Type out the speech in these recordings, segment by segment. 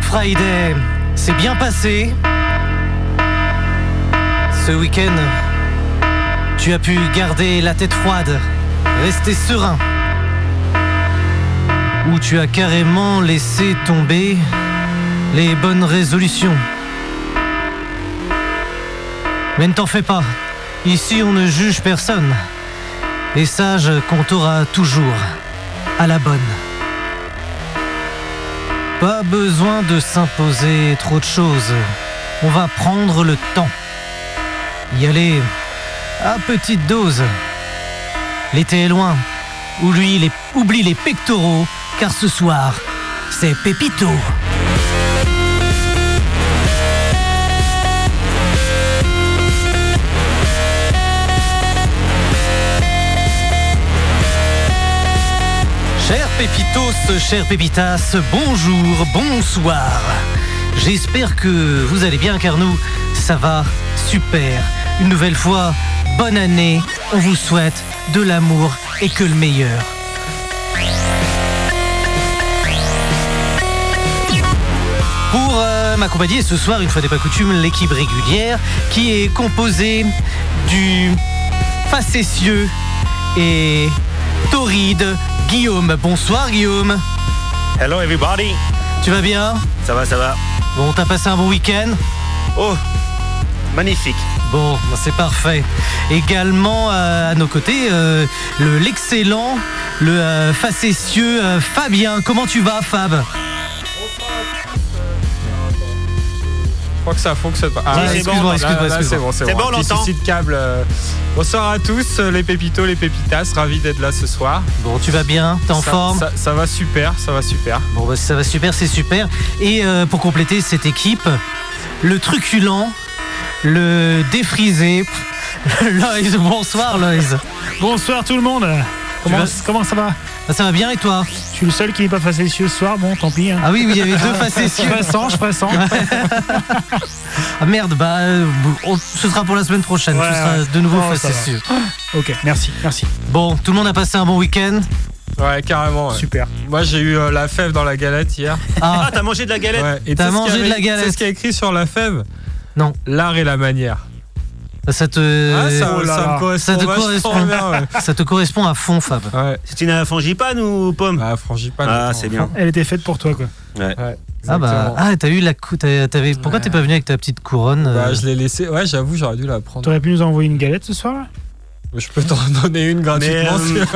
Friday s'est bien passé. Ce week-end, tu as pu garder la tête froide, rester serein. Ou tu as carrément laissé tomber les bonnes résolutions. Mais ne t'en fais pas, ici on ne juge personne. Les sages comptera toujours à la bonne. Pas besoin de s'imposer trop de choses. On va prendre le temps. Y aller à petite dose. L'été est loin. Oublie les pectoraux, car ce soir, c'est Pépito. Chers Pépitos, chers Pépitas, bonjour, bonsoir. J'espère que vous allez bien, car nous, ça va super. Une nouvelle fois, bonne année. On vous souhaite de l'amour et que le meilleur. Pour m'accompagner ce soir, une fois n'est pas coutume, l'équipe régulière qui est composée du facétieux et torride Guillaume. Bonsoir Guillaume. Hello everybody. Tu vas bien ? Ça va. Bon, t'as passé un bon week-end ? Oh, magnifique. Bon, c'est parfait. Également à nos côtés, l'excellent, le facétieux Fabien. Comment tu vas, Fab ? Je crois que ça fonctionne pas. Ah, excuse-moi. C'est bon, on l'entend. Souci de câble. Bonsoir à tous, les pépitos, les pépitas. Ravi d'être là ce soir. Bon, tu vas bien ? T'es en forme ? Ça va super, Bon, bah, ça va super, c'est super. Et pour compléter cette équipe, le truculent, le défrisé, Loïs. Bonsoir, Loïs. Bonsoir tout le monde. Comment ça va ? Ça va bien et toi ? Je suis le seul qui n'est pas facétieux ce soir, bon tant pis. Hein. Ah oui, il y avait deux facétieux. Je pressens. Ah merde, ce sera pour la semaine prochaine. Tu seras de nouveau facétieux. Ok, merci. Bon, tout le monde a passé un bon week-end ? Ouais, carrément. Ouais. Super. Moi, j'ai eu la fève dans la galette hier. Ah, t'as mangé de la galette ? Ouais. Et t'as mangé de la galette ? C'est ce qu'il y a écrit sur la fève ? Non. L'art et la manière. Ça te correspond bien, ouais. Ça te correspond à fond, Fab. Ouais. C'est une frangipane ou pomme ? Ah, frangipane. Ah, c'est bien. Elle était faite pour toi, quoi. Ouais. T'as eu la pourquoi t'es pas venu avec ta petite couronne ? Je l'ai laissé. Ouais, j'avoue, j'aurais dû la prendre. T'aurais pu nous envoyer une galette ce soir là ? Je peux t'en donner une gratuitement.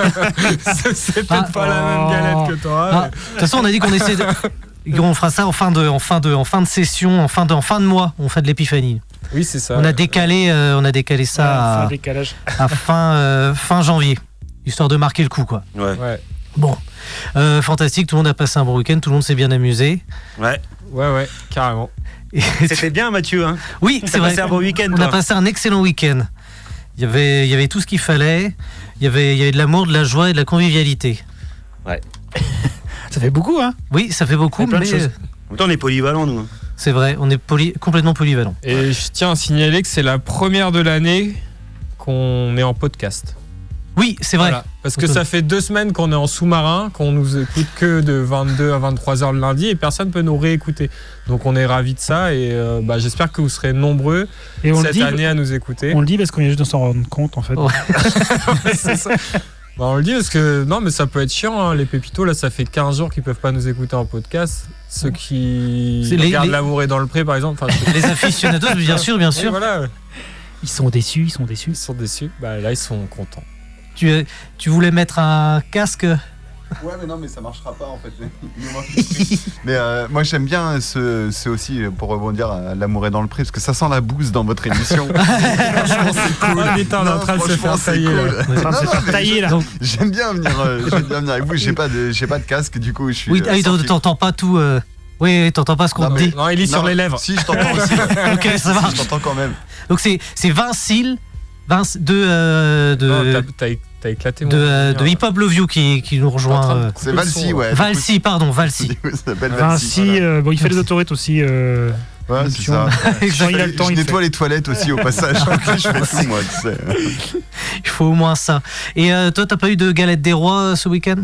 C'est peut-être pas la même galette que t'auras. De toute façon, on a dit qu'on essaie on fera ça en fin de session, en fin de mois. On fait de l'épiphanie. Oui, c'est ça. On a décalé ça à fin janvier, histoire de marquer le coup, quoi. Ouais. Bon, fantastique. Tout le monde a passé un bon week-end. Tout le monde s'est bien amusé. Ouais, carrément. C'était bien, Mathieu. Hein. Oui, c'est vrai. Passé un bon week-end. On a passé un excellent week-end. Il y avait tout ce qu'il fallait. Il y avait de l'amour, de la joie et de la convivialité. Ouais. Ça fait beaucoup, hein ? Oui, ça fait beaucoup, mais Autant on est polyvalents, nous. C'est vrai, on est complètement polyvalents. Et je tiens à signaler que c'est la première de l'année qu'on est en podcast. Oui, c'est vrai. Voilà. Parce que ça fait 2 semaines qu'on est en sous-marin, qu'on nous écoute que de 22 à 23h le lundi et personne ne peut nous réécouter. Donc on est ravis de ça et j'espère que vous serez nombreux cette année à nous écouter. On le dit parce qu'on vient juste de s'en rendre compte, en fait. Ouais. C'est ça. On le dit parce que non, mais ça peut être chiant, hein. Les pépitos, là, ça fait 15 jours qu'ils peuvent pas nous écouter en podcast. Ceux qui regardent L'amour est dans le pré, par exemple. Les aficionados, bien sûr. Et voilà. Ils sont déçus. Ils sont déçus. Là, ils sont contents. Tu voulais mettre un casque ? Ouais, mais non, mais ça marchera pas en fait. Mais moi j'aime bien c'est aussi pour rebondir à L'amour est dans le pré parce que ça sent la bouse dans votre émission. Franchement, c'est cool. On est en train de se faire tailler là. J'aime bien venir avec vous. J'ai pas de casque, du coup je suis. Oui, t'entends pas tout. Oui, t'entends pas ce qu'on te dit. Non, il lit sur les lèvres. Si, je t'entends aussi. Ok, ça va. Je t'entends quand même. Donc c'est Vincile T'as éclaté de Hip Hop Love You qui nous rejoint. C'est Valsi, ouais. Valsi. Il s'appelle Valsi. Il fait les autoroutes aussi. Ouais, c'est ça. Je nettoie les toilettes aussi au passage. Je fais tout, moi, tu sais. Il faut au moins ça. Et toi, t'as pas eu de galette des rois ce week-end ?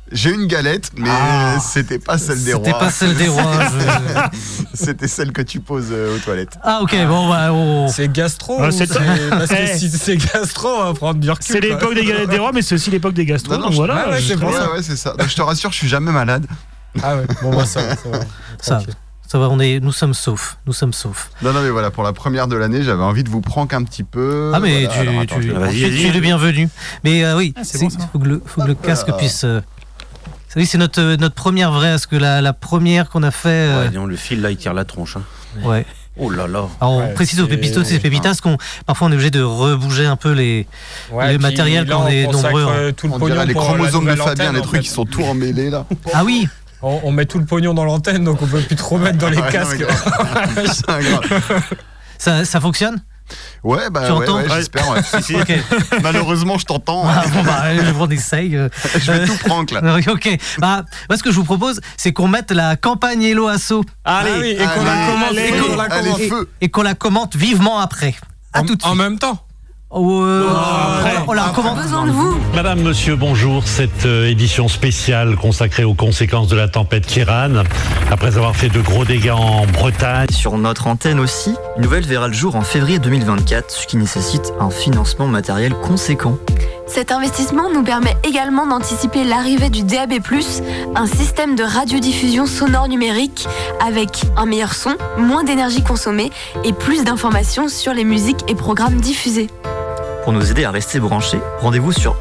J'ai une galette, mais c'était pas celle des rois. C'était pas celle des rois. C'était celle que tu poses aux toilettes. Ah ok, bon bah... C'est gastro Ah, ou c'est- parce que si c'est gastro, on va prendre du recul. C'est l'époque des galettes des rois, mais c'est aussi l'époque des gastro. Non, non, donc voilà. ah ouais, c'est pour ça. Ouais, c'est ça. Donc, je te rassure, je suis jamais malade. Ah ouais, bon bah ça va. Ça, Ok. ça va, nous sommes saufs. Nous sommes saufs. Non, non, mais voilà, pour la première de l'année, j'avais envie de vous prank un petit peu. Ah mais Voilà, alors, attends, je vais- vas-y. tu es le bienvenu. Mais oui, c'est bon, ça. faut que le casque puisse... Oui, c'est notre première vraie, parce que la première qu'on a fait... Ouais, disons, le fil là, il tire la tronche. Hein. ouais. Oh là là. Alors, on Ouais, précise aux c'est- pépitos, c'est pépitas qu'on parfois on est obligé de rebouger un peu les Ouais, matériels puis là, quand on est consacre, nombreux. tout le On pognon dirait les pour chromosomes la de nouvelle Fabien, antenne, les en trucs fait. qui sont tout emmêlés là. Ah oui. On met tout le pognon dans l'antenne, donc on peut plus trop mettre dans les Ouais, non, casques. mais grave. C'est grave. Ça fonctionne. Ouais, bah Tu ouais, entends ouais, j'espère. Ouais. Ok. Malheureusement, je t'entends. Ah, bon bah on essaye. Je vais tout prank là. Ok. Bah moi ce que je vous propose, c'est qu'on mette la campagne Hello Asso Allez, et qu'on la commente. allez, et qu'on la allez, commente. feu. et qu'on la commente vivement après. À tout de En suite. même temps. On la commente. Besoin de vous. Madame, monsieur, bonjour. Cette édition spéciale consacrée aux conséquences de la tempête Kiran. Après avoir fait de gros dégâts en Bretagne. Sur notre antenne aussi, une nouvelle verra le jour en février 2024, ce qui nécessite un financement matériel conséquent. Cet investissement nous permet également d'anticiper l'arrivée du DAB+, un système de radiodiffusion sonore numérique avec un meilleur son, moins d'énergie consommée et plus d'informations sur les musiques et programmes diffusés. Pour nous aider à rester branchés, rendez-vous sur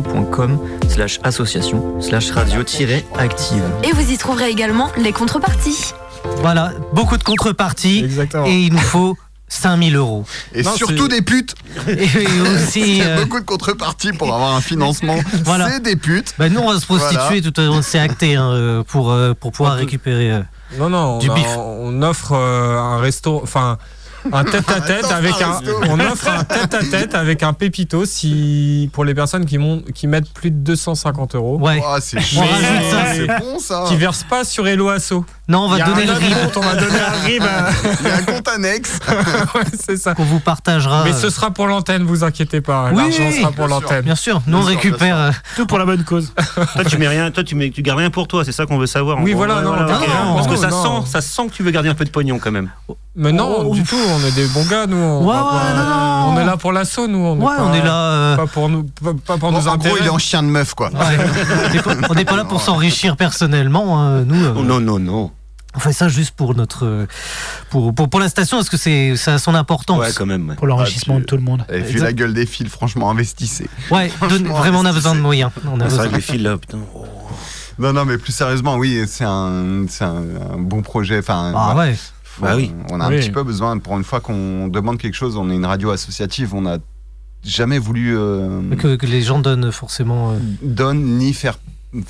helloasso.com/association/radio-active. Et vous y trouverez également les contreparties. Voilà, beaucoup de contreparties. Exactement. Et il nous faut 5000 €. Et Non, surtout des putes. Et aussi. Il y a beaucoup de contreparties pour avoir un financement. Voilà. C'est des putes. Bah nous on va se prostituer, tout à l'heure, c'est acté hein, pour pouvoir récupérer. Non, Du bif. on offre un resto, enfin un tête-à-tête avec on offre un tête-à-tête avec un pépito pour les personnes qui mettent plus de 250 €. Ouais. Oh, c'est On chiant. rajoute ça. C'est bon ça. Qui versent pas sur Hello Asso. Non, on va Il y a donner un le autre RIB compte, on va donner un RIB. Il y a un compte annexe. Ouais, c'est ça. qu'on vous partagera. Mais ce sera pour l'antenne, vous inquiétez pas. Oui, L'argent sera pour bien sûr. l'antenne. Bien sûr, nous on Bien sûr, récupère. Tout pour la bonne cause. Toi, tu mets rien. Toi, tu gardes rien pour toi. C'est ça qu'on veut savoir. en Oui, gros. voilà, non, ok. non, Parce que non. ça sent que tu veux garder un peu de pognon quand même. Mais non, Oh, du tout, on est des bons gars, nous. Ouais, non. On est là pour l'assaut, nous. Ouais, on est là. Pas pour nous, pas pour Bon, nos en gros, intérêts. il est en chien de meuf quoi. On n'est pas là pour s'enrichir personnellement. Hein. Nous, Oh, non. on fait ça juste pour notre, pour la station parce que ça a son importance. Ouais, quand même. Ouais. Pour l'enrichissement de tout le monde. Et vu la gueule des fils, franchement, investissez. Ouais, vraiment on a besoin de moyens. On a C'est besoin. vrai que les fils là, putain. Oh. Non, mais plus sérieusement, oui, c'est un bon projet. Enfin, Ah voilà. ouais. Bah oui. On a un Oui. petit peu besoin, pour une fois qu'on demande quelque chose, on est une radio associative, on n'a jamais voulu Que les gens donnent forcément. ni faire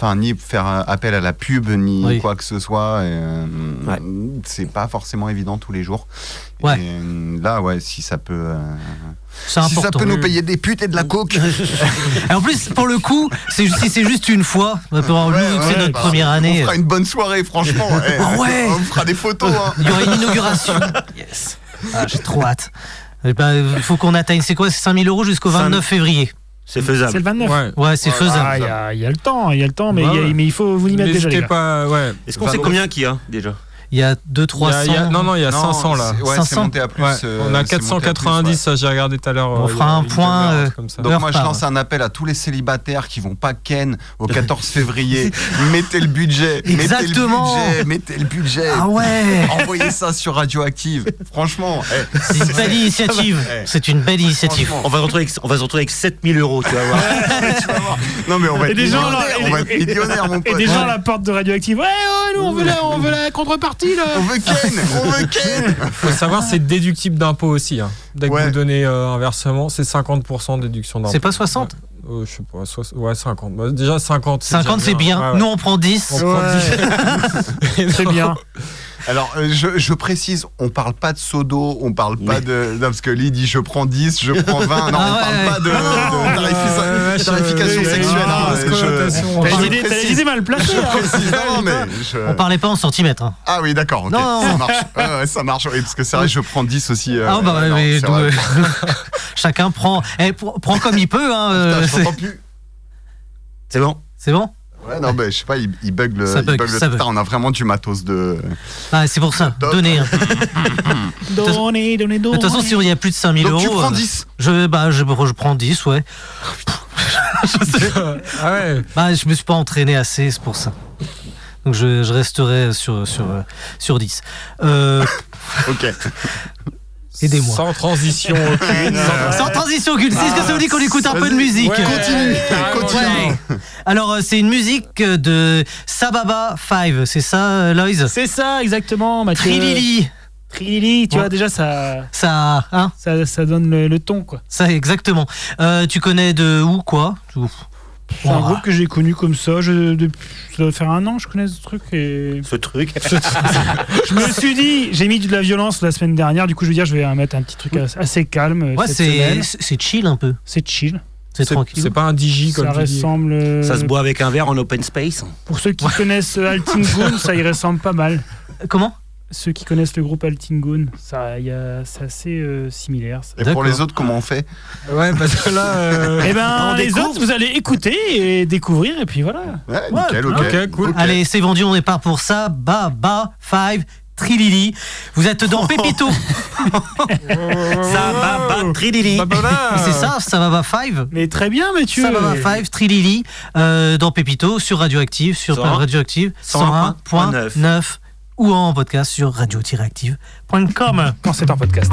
appel à la pub, ni Oui. quoi que ce soit. Et, Ouais. C'est pas forcément évident tous les jours. Ouais. Et, là, ouais, si ça peut, C'est si ça important. peut nous payer des putes et de la coke. Et en plus, pour le coup, si c'est juste une fois, nous, c'est notre bah, première On année. fera une bonne soirée, franchement. Ah ouais. On fera des photos. Hein. Il y aura une inauguration. Yes. Ah, j'ai trop hâte. Il faut qu'on atteigne, c'est quoi, c'est 5000 € jusqu'au 29 février. C'est C'est le faisable. 29. Ouais. Ouais, c'est faisable. Ah, il y a le temps, mais, Ouais, ouais. mais il faut vous y mettre déjà, les N'hésitez gars. pas, ouais. Est-ce qu'on sait combien qu'il y a déjà? Il y a 200-300. Non, il y a Non, 500 là. c'est- Ouais, 500. c'est monté à plus. Ouais, on a c'est monté à 490, plus, ouais. ça j'ai regardé tout à l'heure. On il y fera a un une point, demi-heure, un truc comme ça. Donc Heure moi je par. lance un appel à tous les célibataires qui vont pas ken au 14 février. Mettez le budget. Exactement. Mettez le budget. Ah ouais. Envoyez ça sur Radioactive. Franchement. C'est une belle initiative. C'est une belle initiative. Franchement. On va se retrouver avec 7000 €, tu vas voir. Tu vas voir. Non mais on va Et être des gens, millionnaires. là, On va être millionnaires, mon Et pote. des gens à la porte de Radioactive. Ouais, nous on veut la contrepartie là. On veut ken. Faut savoir, c'est déductible d'impôt aussi. Hein. Dès que Ouais. vous donnez un versement, c'est 50% de déduction d'impôt. C'est pas 60 Je sais pas, ouais, 50. Bah, déjà 50. 50 c'est bien. Ouais, ouais. Nous on prend 10. On prend 10. C'est bien. Alors je précise, on parle pas de sodo, on parle pas de. Non, parce que Lee dit je prends 10, je prends 20. Non, Ah on ouais. parle pas de tarification sexuelle. hein. T'as les idées mal placées là. Non, mais On parlait pas en centimètres. Hein. Ah oui, d'accord, ok, Non. ça marche. Ouais, ça marche, oui, parce que c'est vrai, je prends 10 aussi. Ah bah ouais, non, mais c'est vrai. chacun prend comme il peut. Hein, Putain, je c'est- t'entends plus. C'est bon? C'est bon? Ouais, non, je sais pas, il bug le Ça bug. Tata. On a vraiment du matos de. Ah, c'est pour ça. Donnez. Donnez. De toute façon, si il y a plus de 5 000 Donc euros. tu prends 10. Je prends 10, ouais. Ah ouais. Je me suis pas entraîné assez, c'est pour ça. Donc je resterai sur 10. Ok. Aidez-moi. Sans transition aucune. Sans transition aucune. Est-ce que ça vous dit qu'on écoute un peu de musique? Ouais, Continue. Ouais. Alors, c'est une musique de Sababa 5, c'est ça, Loïs? C'est ça, exactement, Mathieu. Trilili, tu vois, déjà, ça donne le ton, quoi. Ça, exactement. Tu connais de où, quoi? C'est un groupe que j'ai connu comme ça. Ça doit faire 1 an, je connais ce truc. Ce truc. Je me suis dit, j'ai mis de la violence la semaine dernière. Du coup, je veux dire, je vais mettre un petit truc assez calme. Ouais, c'est chill un peu. C'est chill. C'est tranquille. C'est pas un digi comme ça ressemble. Ça se boit avec un verre en open space. Pour ceux qui connaissent Altingun, ça y ressemble pas mal. Comment? Ceux qui connaissent le groupe Altingun, c'est assez similaire. Ça. Et pour les autres, comment on fait? Ouais, parce que là. Les autres, vous allez écouter et découvrir, et puis voilà. Ouais, nickel, ok, cool. Okay. Allez, c'est vendu, on est part pour ça. Baba 5 Trilili. Vous êtes dans Pépito. Sababa Trilili. C'est ça, Sababa 5. Mais très bien, Mathieu. Sababa 5 Trilili dans Pépito sur Radioactive, sur Radioactive 101.9 ou en podcast sur radio-active.com. Quand c'est en podcast.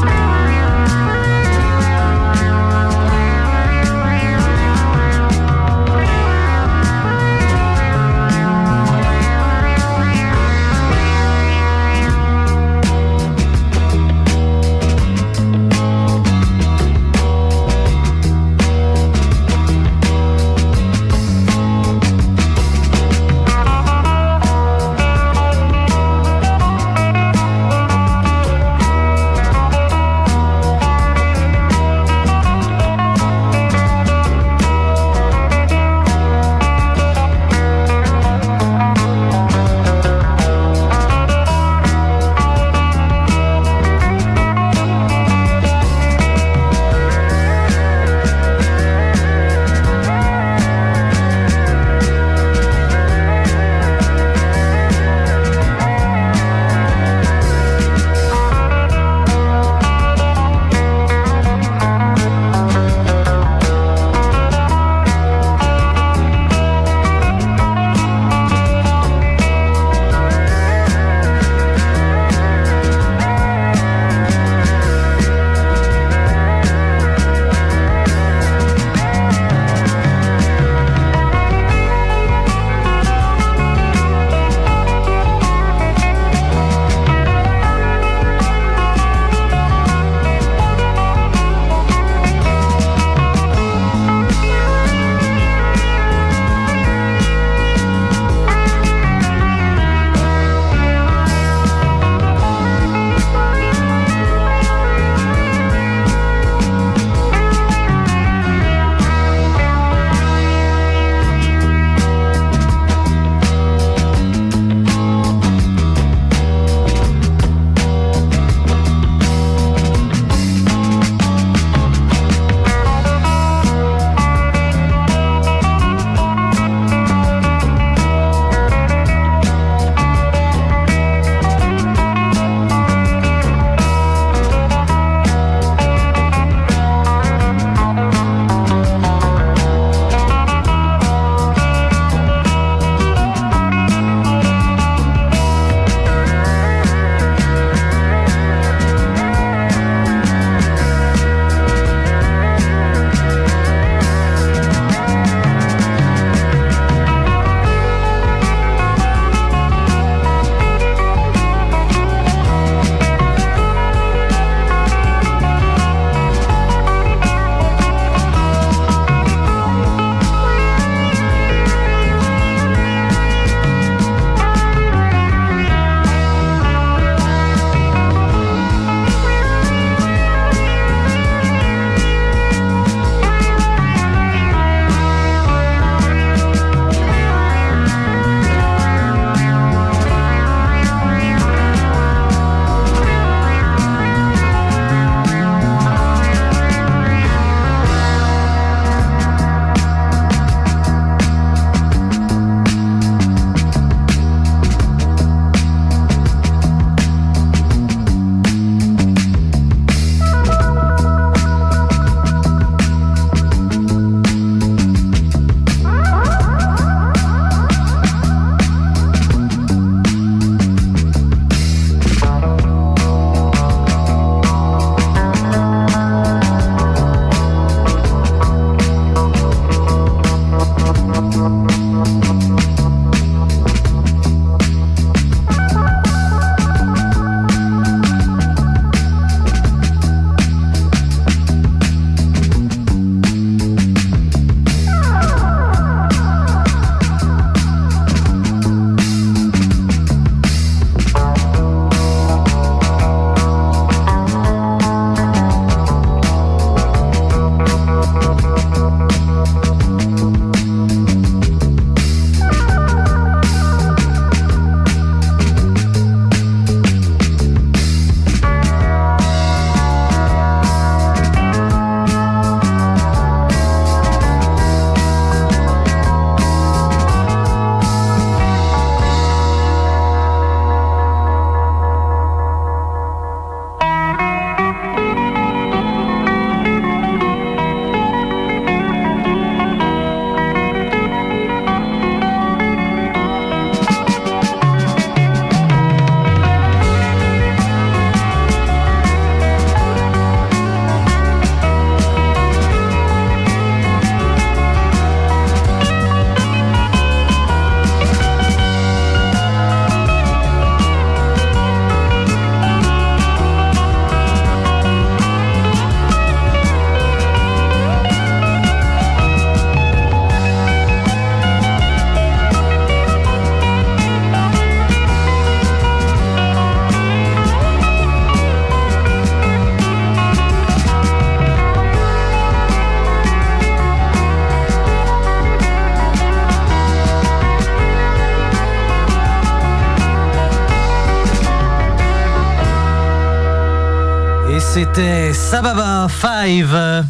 C'était Sababa 5.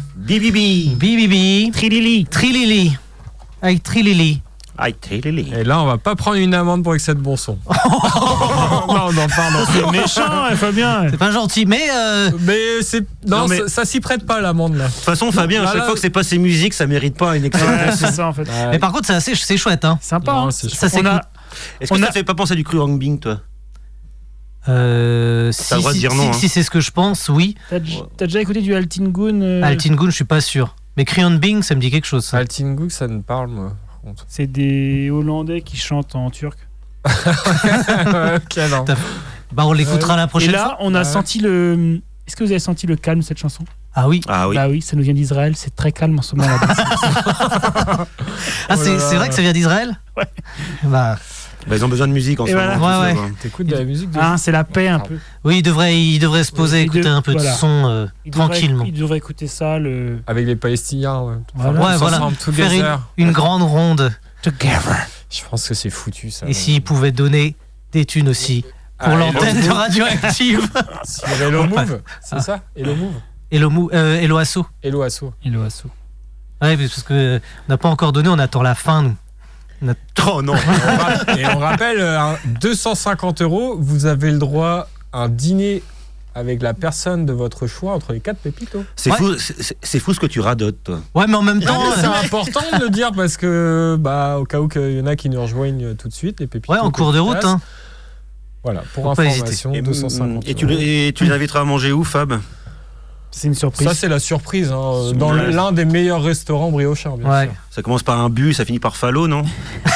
BBB. Trilili. Avec Trilili. Et là, on va pas prendre une amende pour excès de bon son. Non, pardon. C'est méchant, Fabien. C'est pas gentil, mais c'est ça s'y prête pas l'amende là. De toute façon, Fabien, à chaque fois que c'est pas ses musiques, ça mérite pas une excellente. Ouais, c'est ça en fait. Mais par contre, c'est chouette, hein. Sympa. Non, hein. c'est Ça s'écoute. Est-ce que ça te fait pas penser à du Cru Hangbing, toi? Si le droit de dire non, hein. c'est ce que je pense, oui. T'as déjà écouté du Altingun Altingun, je suis pas sûr. Mais Cru Hangbing, ça me dit quelque chose. Ça. Altingun, ça me parle, moi. C'est des Hollandais qui chantent en turc. Ok, non. Bah, on l'écoutera la prochaine fois. Et là, on a senti le. Est-ce que vous avez senti le calme de cette chanson? Ah oui. Ah oui. Bah oui, ça nous vient d'Israël. C'est très calme en ce moment là-bas. C'est vrai que ça vient d'Israël? Ouais. Bah, ils ont besoin de musique en ce moment. Voilà. Ouais. T'écoutes de la musique C'est la paix un peu. Oui, il devrait se poser, écouter un peu de son tranquillement. Il devrait écouter ça. Avec les Palestiniens, ouais. Voilà. Faire une grande ronde. Together. Je pense que c'est foutu ça. Et s'ils pouvaient donner des thunes aussi pour l'antenne de Radioactive. Hello Move, c'est ça? Hello Move. Hello Asso. Hello Asso. Ouais, parce que on n'a pas encore donné, on attend la fin, nous. Oh non. Et on rappelle, 250 €, vous avez le droit à un dîner avec la personne de votre choix entre les 4 pépitos. C'est fou ce que tu radotes, toi. Ouais, mais en même temps... c'est important de le dire parce que, au cas où il y en a qui nous rejoignent tout de suite, les pépitos... Ouais, en cours de route, hein. Voilà, pour information, 250 €. Et tu les inviteras à manger où, Fab? C'est une surprise. Ça, c'est la surprise, hein, dans l'un des meilleurs restaurants briochards, bien sûr. Ça commence par un bu, ça finit par falot, non?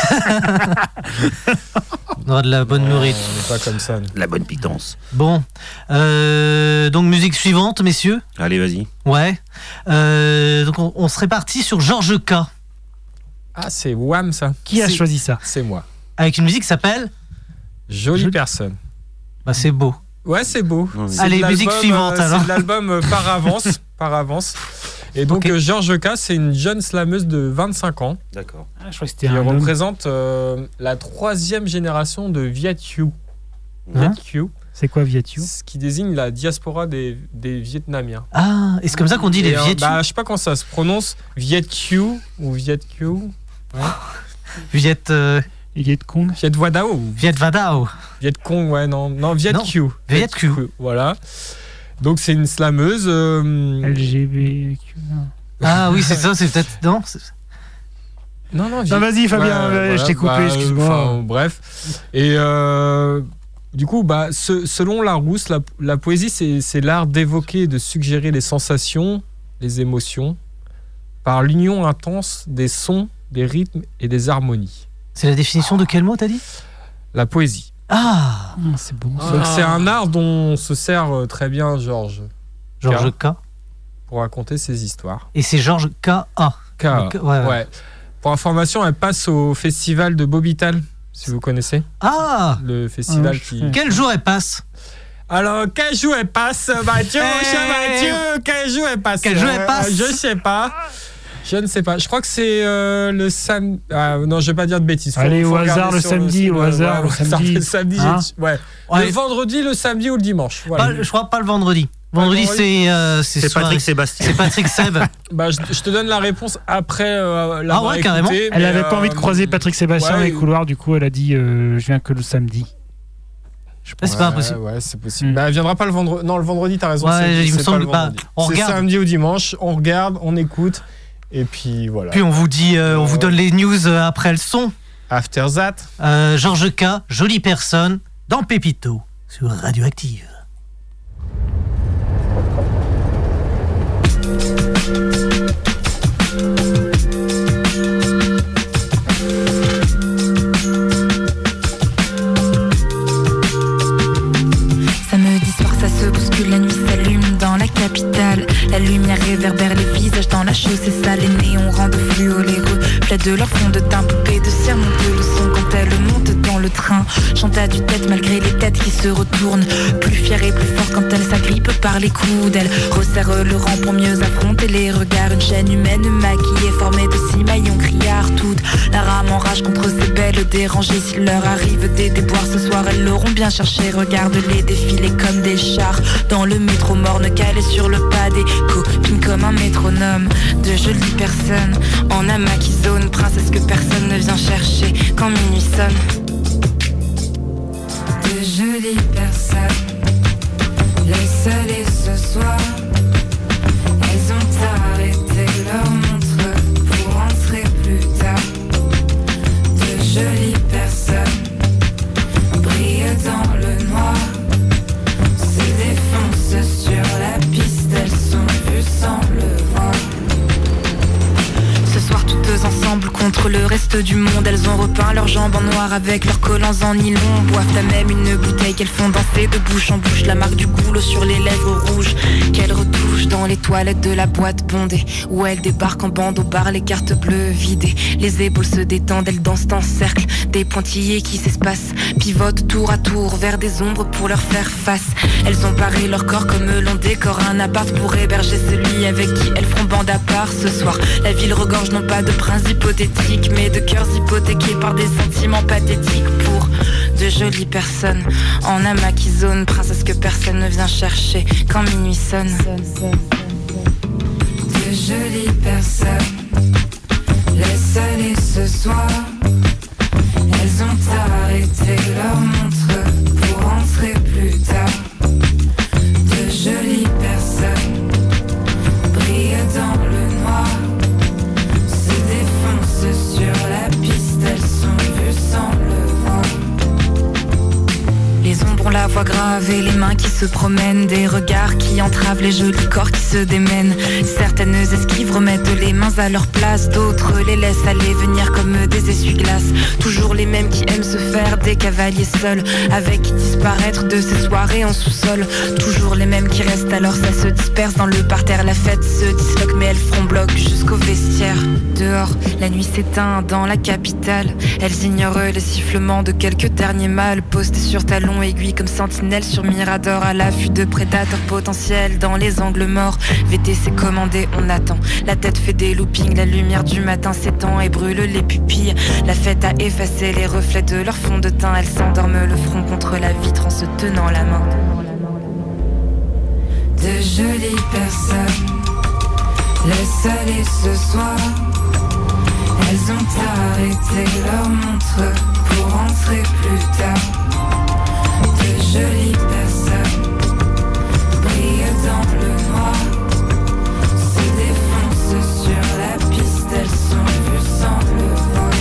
On aura de la bonne nourriture. On n'est pas comme ça. La bonne pitance. Bon. Donc, musique suivante, messieurs. Allez, vas-y. Ouais. Donc, on serait parti sur Georges K. Ah, c'est Wham, ça. Qui a choisi ça? C'est moi. Avec une musique qui s'appelle Jolie personne. Bah, c'est beau. Ouais, c'est beau. Allez, musique suivante alors. C'est de l'album Par Avance. Et donc, Georges K, c'est une jeune slameuse de 25 ans. D'accord. Je crois que c'était qui représente la 3e génération de Viet Q. C'est quoi Viet Q? Ce qui désigne la diaspora des Vietnamiens. Ah, et c'est comme ça qu'on dit les Viet Q? Je sais pas comment ça se prononce. Viet Q ou Viet Q. Ouais. Viet Cong. Viet Vadao. Viet Vadao. Viet Cong, ouais, non, Viet Q. Viet Q. Voilà. Donc c'est une slameuse. LGBTQ. Ah oui, c'est ça, c'est peut-être. Non, non, vas-y, Fabien, je t'ai coupé, excuse-moi. Bref. Et du coup, selon Larousse, la poésie, c'est l'art d'évoquer et de suggérer les sensations, les émotions, par l'union intense des sons, des rythmes et des harmonies. C'est la définition de quel mot, t'as dit? La poésie. Ah, c'est bon. Donc c'est un art dont se sert très bien Georges K. Pour raconter ses histoires. Et c'est Georges K.A. Ouais. Pour information, elle passe au festival de Bobital, si vous connaissez. Ah, le festival qui... Quel jour elle passe? Alors, quel jour elle passe, Mathieu? Quel jour elle passe? Je sais pas. Je ne sais pas. Je crois que c'est le samedi. Non, je vais pas dire de bêtises. Allez, au hasard le samedi. Le samedi. Hein? Le vendredi, le samedi ou le dimanche. Voilà. Je crois pas le vendredi. Vendredi, c'est Patrick Sébastien. C'est Patrick Seb. Je te donne la réponse après l'avoir écouté. Carrément. Elle avait pas envie de croiser Patrick Sébastien dans les couloirs. Du coup, elle a dit je viens que le samedi. C'est pas impossible. Ouais, c'est possible. Elle viendra pas le vendredi. Non, le vendredi, t'as raison. Il me semble pas. C'est samedi ou dimanche. On regarde, on écoute. Et puis voilà. Puis on vous dit, on vous donne les news après le son. After that. Georges K, jolie personne, dans Pépito, sur Radioactive. Samedi soir, ça se bouscule, la nuit s'allume dans la capitale. La lumière réverbère les visages dans la chaussée sale. Les néons rendent fluo les reflets de leur fond de teint. Poupée de cire monte le son quand elle monte dans le train. Chante à tue-tête malgré les têtes qui se retournent. Plus fière et plus forte quand elle s'agrippe par les coudes. Elle resserre le rang pour mieux affronter les regards. Une chaîne humaine maquillée formée de 6 maillons criards. Toute la rame rage contre ces belles dérangées. S'il leur arrive des déboires ce soir, elles l'auront bien cherché. Regarde-les défiler comme des chars dans le métro morne, calé sur le pas des copines comme un métronome. De jolies personnes en amas qui zone, princesse que personne ne vient chercher quand minuit sonne. De jolies personnes, les seules et ce soir, elles ont arrêté leur montre pour rentrer plus tard. De jolies personnes brillent dans le noir, se défoncent sur la piste, elles sont vues sans le voir. Ce soir toutes ensemble contre le reste du monde, elles ont repeint leurs jambes en noir avec leurs collants en nylon. Boivent à même une bouteille qu'elles font danser de bouche en bouche, la marque du goulot sur les lèvres rouges qu'elles retouchent dans les toilettes de la boîte bondée où elles débarquent en bande au bar, les cartes bleues vidées. Les épaules se détendent, elles dansent en cercle, des pointillés qui s'espacent, pivotent tour à tour vers des ombres pour leur faire face. Elles ont paré leur corps comme l'on décore un appart pour héberger celui avec qui elles feront bande à part. Ce soir, la ville regorge non pas de princes hypothétiques, mais de cœurs hypothéqués par des sentiments pathétiques pour de jolies personnes en amas qui zone, princesse que personne ne vient chercher quand minuit sonne. De jolies personnes, les seules et ce soir, elles ont arrêté leur montre pour rentrer plus tard. De jolies personnes brillent dans le noir, se défoncent sur la piste, elles sont vues sans le voir. Les ombres ont la voix grave et les mains qui se promènent, des regards qui entravent les jolis corps qui se démènent. Certaines esquivent, remettent les mains à leur place, d'autres les laissent aller venir comme des essuie-glaces. Toujours les mêmes qui aiment se faire des cavaliers seuls, avec qui disparaître de ces soirées en sous-sol. Toujours les mêmes qui restent, alors ça se disperse dans le parterre. La fête se disloque mais elles feront bloc jusqu'au vestiaire. Dehors, la nuit s'éteint dans la capitale, elles ignorent les sifflements de quelques derniers mâles postés sur talons aiguilles comme sentinelles sur Mirador, à l'affût de prédateurs potentiels dans les angles morts. VTC commandé, on attend, la tête fait des loopings, la lumière du matin s'étend et brûle les pupilles. La fête a effacé les reflets de leur fond de teint, elles s'endorment le front contre la vitre en se tenant la main. De jolies personnes, les seules et ce soir, elles ont arrêté leur montre pour rentrer plus tard. De jolies personnes brillent dans le noir, se défoncent sur la piste, elles sont vues sans le voir.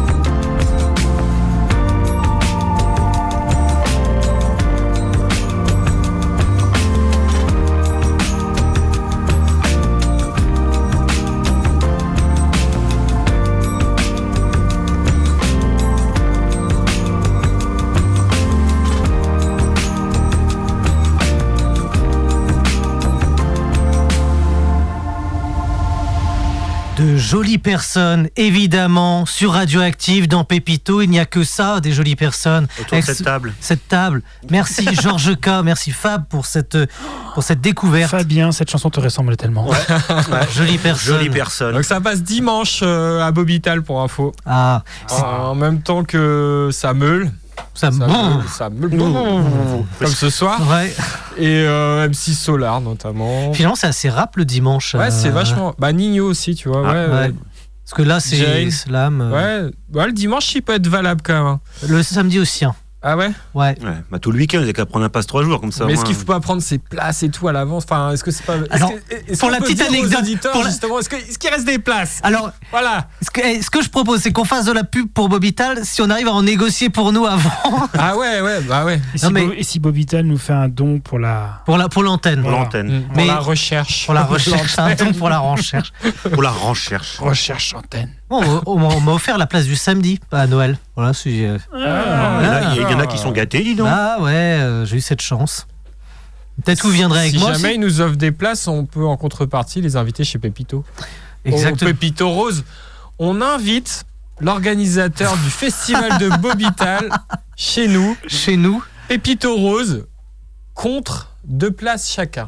De jolies personnes, évidemment, sur Radioactive, dans Pépito. Il n'y a que ça, des jolies personnes. Autour de cette table. Cette table. Merci Georges K, merci Fab pour cette découverte. Fabien, cette chanson te ressemble tellement. Ouais. Jolie personne. Jolie personne. Donc ça passe dimanche à Bobital pour info. Ah, En même temps que ça meule. ça meule. Comme ce soir. Ouais. Et M6 Solar notamment. Finalement, c'est assez rap le dimanche. Ouais, c'est vachement. Bah, Nino aussi, tu vois. Ouais. Parce que là, c'est Jane. Slam. Ouais, le dimanche, il peut être valable quand même. Hein. Le samedi aussi. Hein. Ah ouais? Ouais. Bah, tout le week-end, il n'y a qu'à prendre un passe 3 jours comme ça. Mais est-ce qu'il ne faut pas prendre ses places et tout à l'avance? Enfin, est-ce que c'est pas. Alors, pour la petite anecdote. Justement, est-ce qu'il reste des places? Alors, voilà. Ce que je propose, c'est qu'on fasse de la pub pour Bobital si on arrive à en négocier pour nous avant. Ah ouais, bah ouais. Et si Bobital nous fait un don pour la. Pour l'antenne. Pour l'antenne. Pour la recherche. Pour la recherche. Un don pour la recherche. Pour la recherche. Recherche antenne. Bon, on m'a offert la place du samedi à Noël. Voilà, il y en a qui sont gâtés, dis donc. Ah ouais, j'ai eu cette chance. Peut-être que vous viendrez avec moi. Si jamais ils nous offrent des places, on peut en contrepartie les inviter chez Pépito. Exactement. Au Pépito Rose. On invite l'organisateur du festival de Bobital chez nous. Chez nous. Pépito Rose contre 2 places chacun.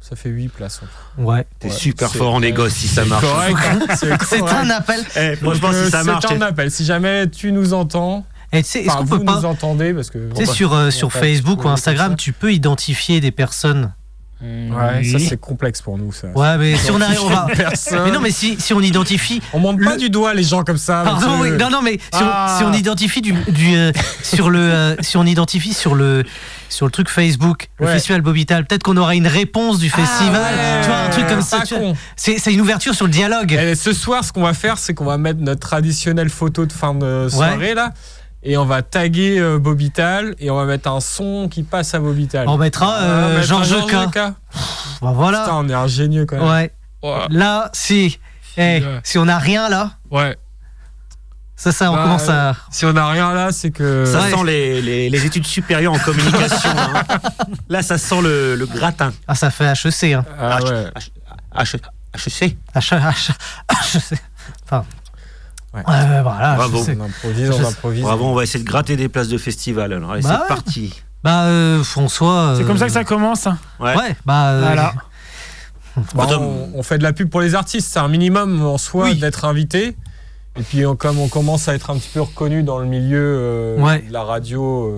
Ça fait 8 places. Ouais. T'es super fort en négoce si ça marche. Correct, c'est un appel. Franchement, si ça marche. C'est un appel. Si jamais tu nous entends. Et tu sais, est-ce qu'on peut pas. Nous entendez parce que. Tu sais, sur Facebook ou Instagram, tu peux identifier des personnes. Ouais, ça c'est complexe pour nous. Ça. Ouais, mais si on arrive, on va. Mais non, mais si on identifie. On monte pas du doigt les gens comme ça. Pardon, oui. Non, mais si on identifie si on identifie sur le truc Facebook, le festival Bobital, peut-être qu'on aura une réponse du festival. Tu vois, un truc comme ça. C'est une ouverture sur le dialogue. Et ce soir, ce qu'on va faire, c'est qu'on va mettre notre traditionnelle photo de fin de soirée là. Et on va taguer Bobital et on va mettre un son qui passe à Bobital. On mettra Georges K. Bah voilà. Putain, on est ingénieux quand même. Ouais. Là, si on n'a rien là. Ouais. Ça, on commence à. Si on n'a rien là, c'est que. Ça sent les études supérieures en communication. Hein. Là, ça sent le gratin. Ah, ça fait HEC. Hein. Ah ouais. HEC. Enfin. Ouais. Voilà, bravo. On improvise. Bravo, on va essayer de gratter des places de festival. Alors, allez, c'est parti. François. C'est comme ça que ça commence. Ouais. Voilà. On fait de la pub pour les artistes. C'est un minimum en soi d'être invité. Et puis, comme on commence à être un petit peu reconnu dans le milieu de la radio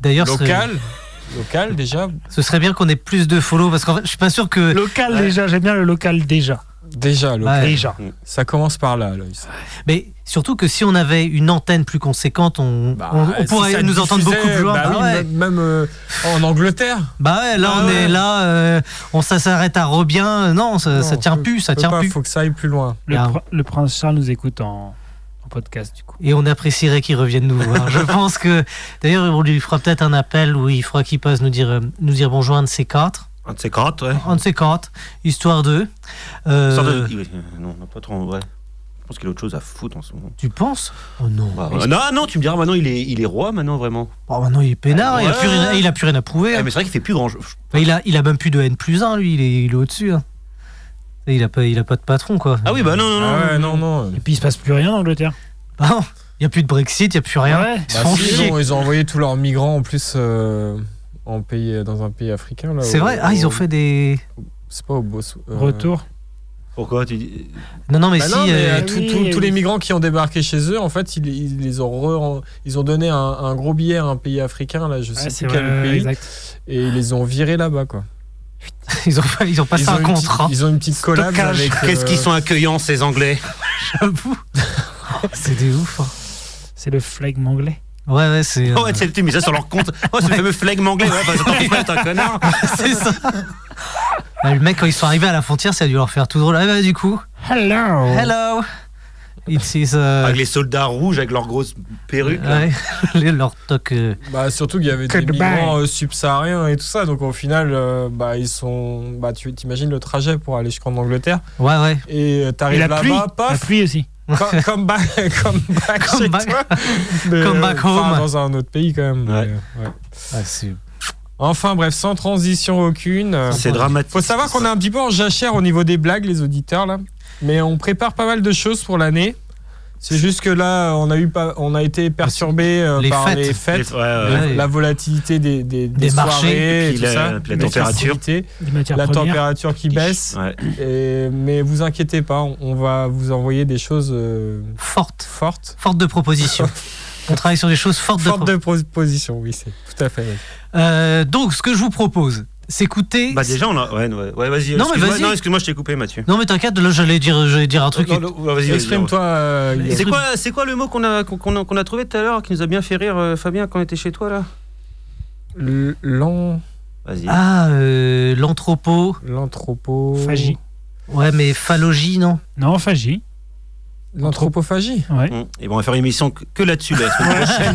locale déjà. Ce serait bien qu'on ait plus de follow parce qu'en fait, je suis pas sûr que. Local déjà, j'aime bien le local déjà. Déjà. Ça commence par là, Loïs. Mais surtout que si on avait une antenne plus conséquente, on pourrait nous entendre beaucoup plus loin. Même en Angleterre. Là on est là, ça s'arrête à Robien. Non, ça tient plus, ça tient plus. Faut que ça aille plus loin. Le prince Charles nous écoute en podcast du coup. Et on apprécierait qu'il revienne nous voir. Je pense que d'ailleurs on lui fera peut-être un appel où il fera qu'il passe nous dire bonjour un de ces quatre. Un de ces quatre, ouais. Un de ces quatre, histoire de. Non, pas trop. Ouais. Je pense qu'il a autre chose à foutre en ce moment. Tu penses ? Oh non. Non, tu me diras maintenant il est roi maintenant vraiment. Oh maintenant il est peinard, il a plus rien à prouver. Mais c'est vrai qu'il fait plus grand. Il a même plus de N+1 lui, il est au-dessus. Hein. Il a pas de patron quoi. Ah oui non. Et puis il se passe plus rien en Angleterre. Non, il y a plus de Brexit, il y a plus rien. Ils ont envoyé tous leurs migrants en plus. Dans un pays africain là. C'est vrai. Ils ont fait des. C'est pas au boss. Retour. Pourquoi tu dis? Non mais tous les migrants qui ont débarqué chez eux, en fait, ils ont donné un gros billet à un pays africain là, je sais plus quel pays. Exact. Et ils les ont virés là-bas quoi. Ils ont passé un contrat. Ils ont une petite collab avec. Qu'est-ce qu'ils sont accueillants ces Anglais. J'avoue. C'est des ouf. Hein. C'est le flegme anglais. Ouais, c'est. Tu mets ça sur leur compte. C'est le fameux flegme anglais. C'est un connard. C'est ça. Le mec, quand ils sont arrivés à la frontière, ça a dû leur faire tout drôle. Du coup. Hello. Avec les soldats rouges, avec leurs grosses perruques. Leur toque. Surtout qu'il y avait des migrants subsahariens et tout ça. Donc au final, ils sont. Tu t'imagines le trajet pour aller jusqu'en Angleterre. Ouais. Et t'arrives là-bas, paf. La pluie aussi. Come back chez toi. Come back home. Dans un autre pays quand même. Enfin bref, sans transition aucune. C'est dramatique. Faut savoir qu'on est un petit peu en jachère au niveau des blagues, les auditeurs là. Mais on prépare pas mal de choses pour l'année. C'est juste que là, on a été perturbé par les fêtes, la volatilité des marchés, et tout ça, la température, la température qui baisse. Mais vous inquiétez pas, on va vous envoyer des choses fortes de propositions. On travaille sur des choses fortes de propositions. Oui, c'est tout à fait. Donc, ce que je vous propose, c'est écouter. Déjà, on a. Ouais, vas-y. Non, mais vas-y. Non, excuse-moi, je t'ai coupé, Mathieu. Non, mais t'inquiète, là, j'allais dire un truc. Vas-y, exprime-toi. C'est quoi le mot qu'on a trouvé tout à l'heure qui nous a bien fait rire, Fabien, quand on était chez toi là? Vas-y. L'anthropophagie. Ouais, mais phalogie, non? Non, phagie. L'anthropophagie. Ouais. Et bon, on va faire une émission que là-dessus la semaine prochaine.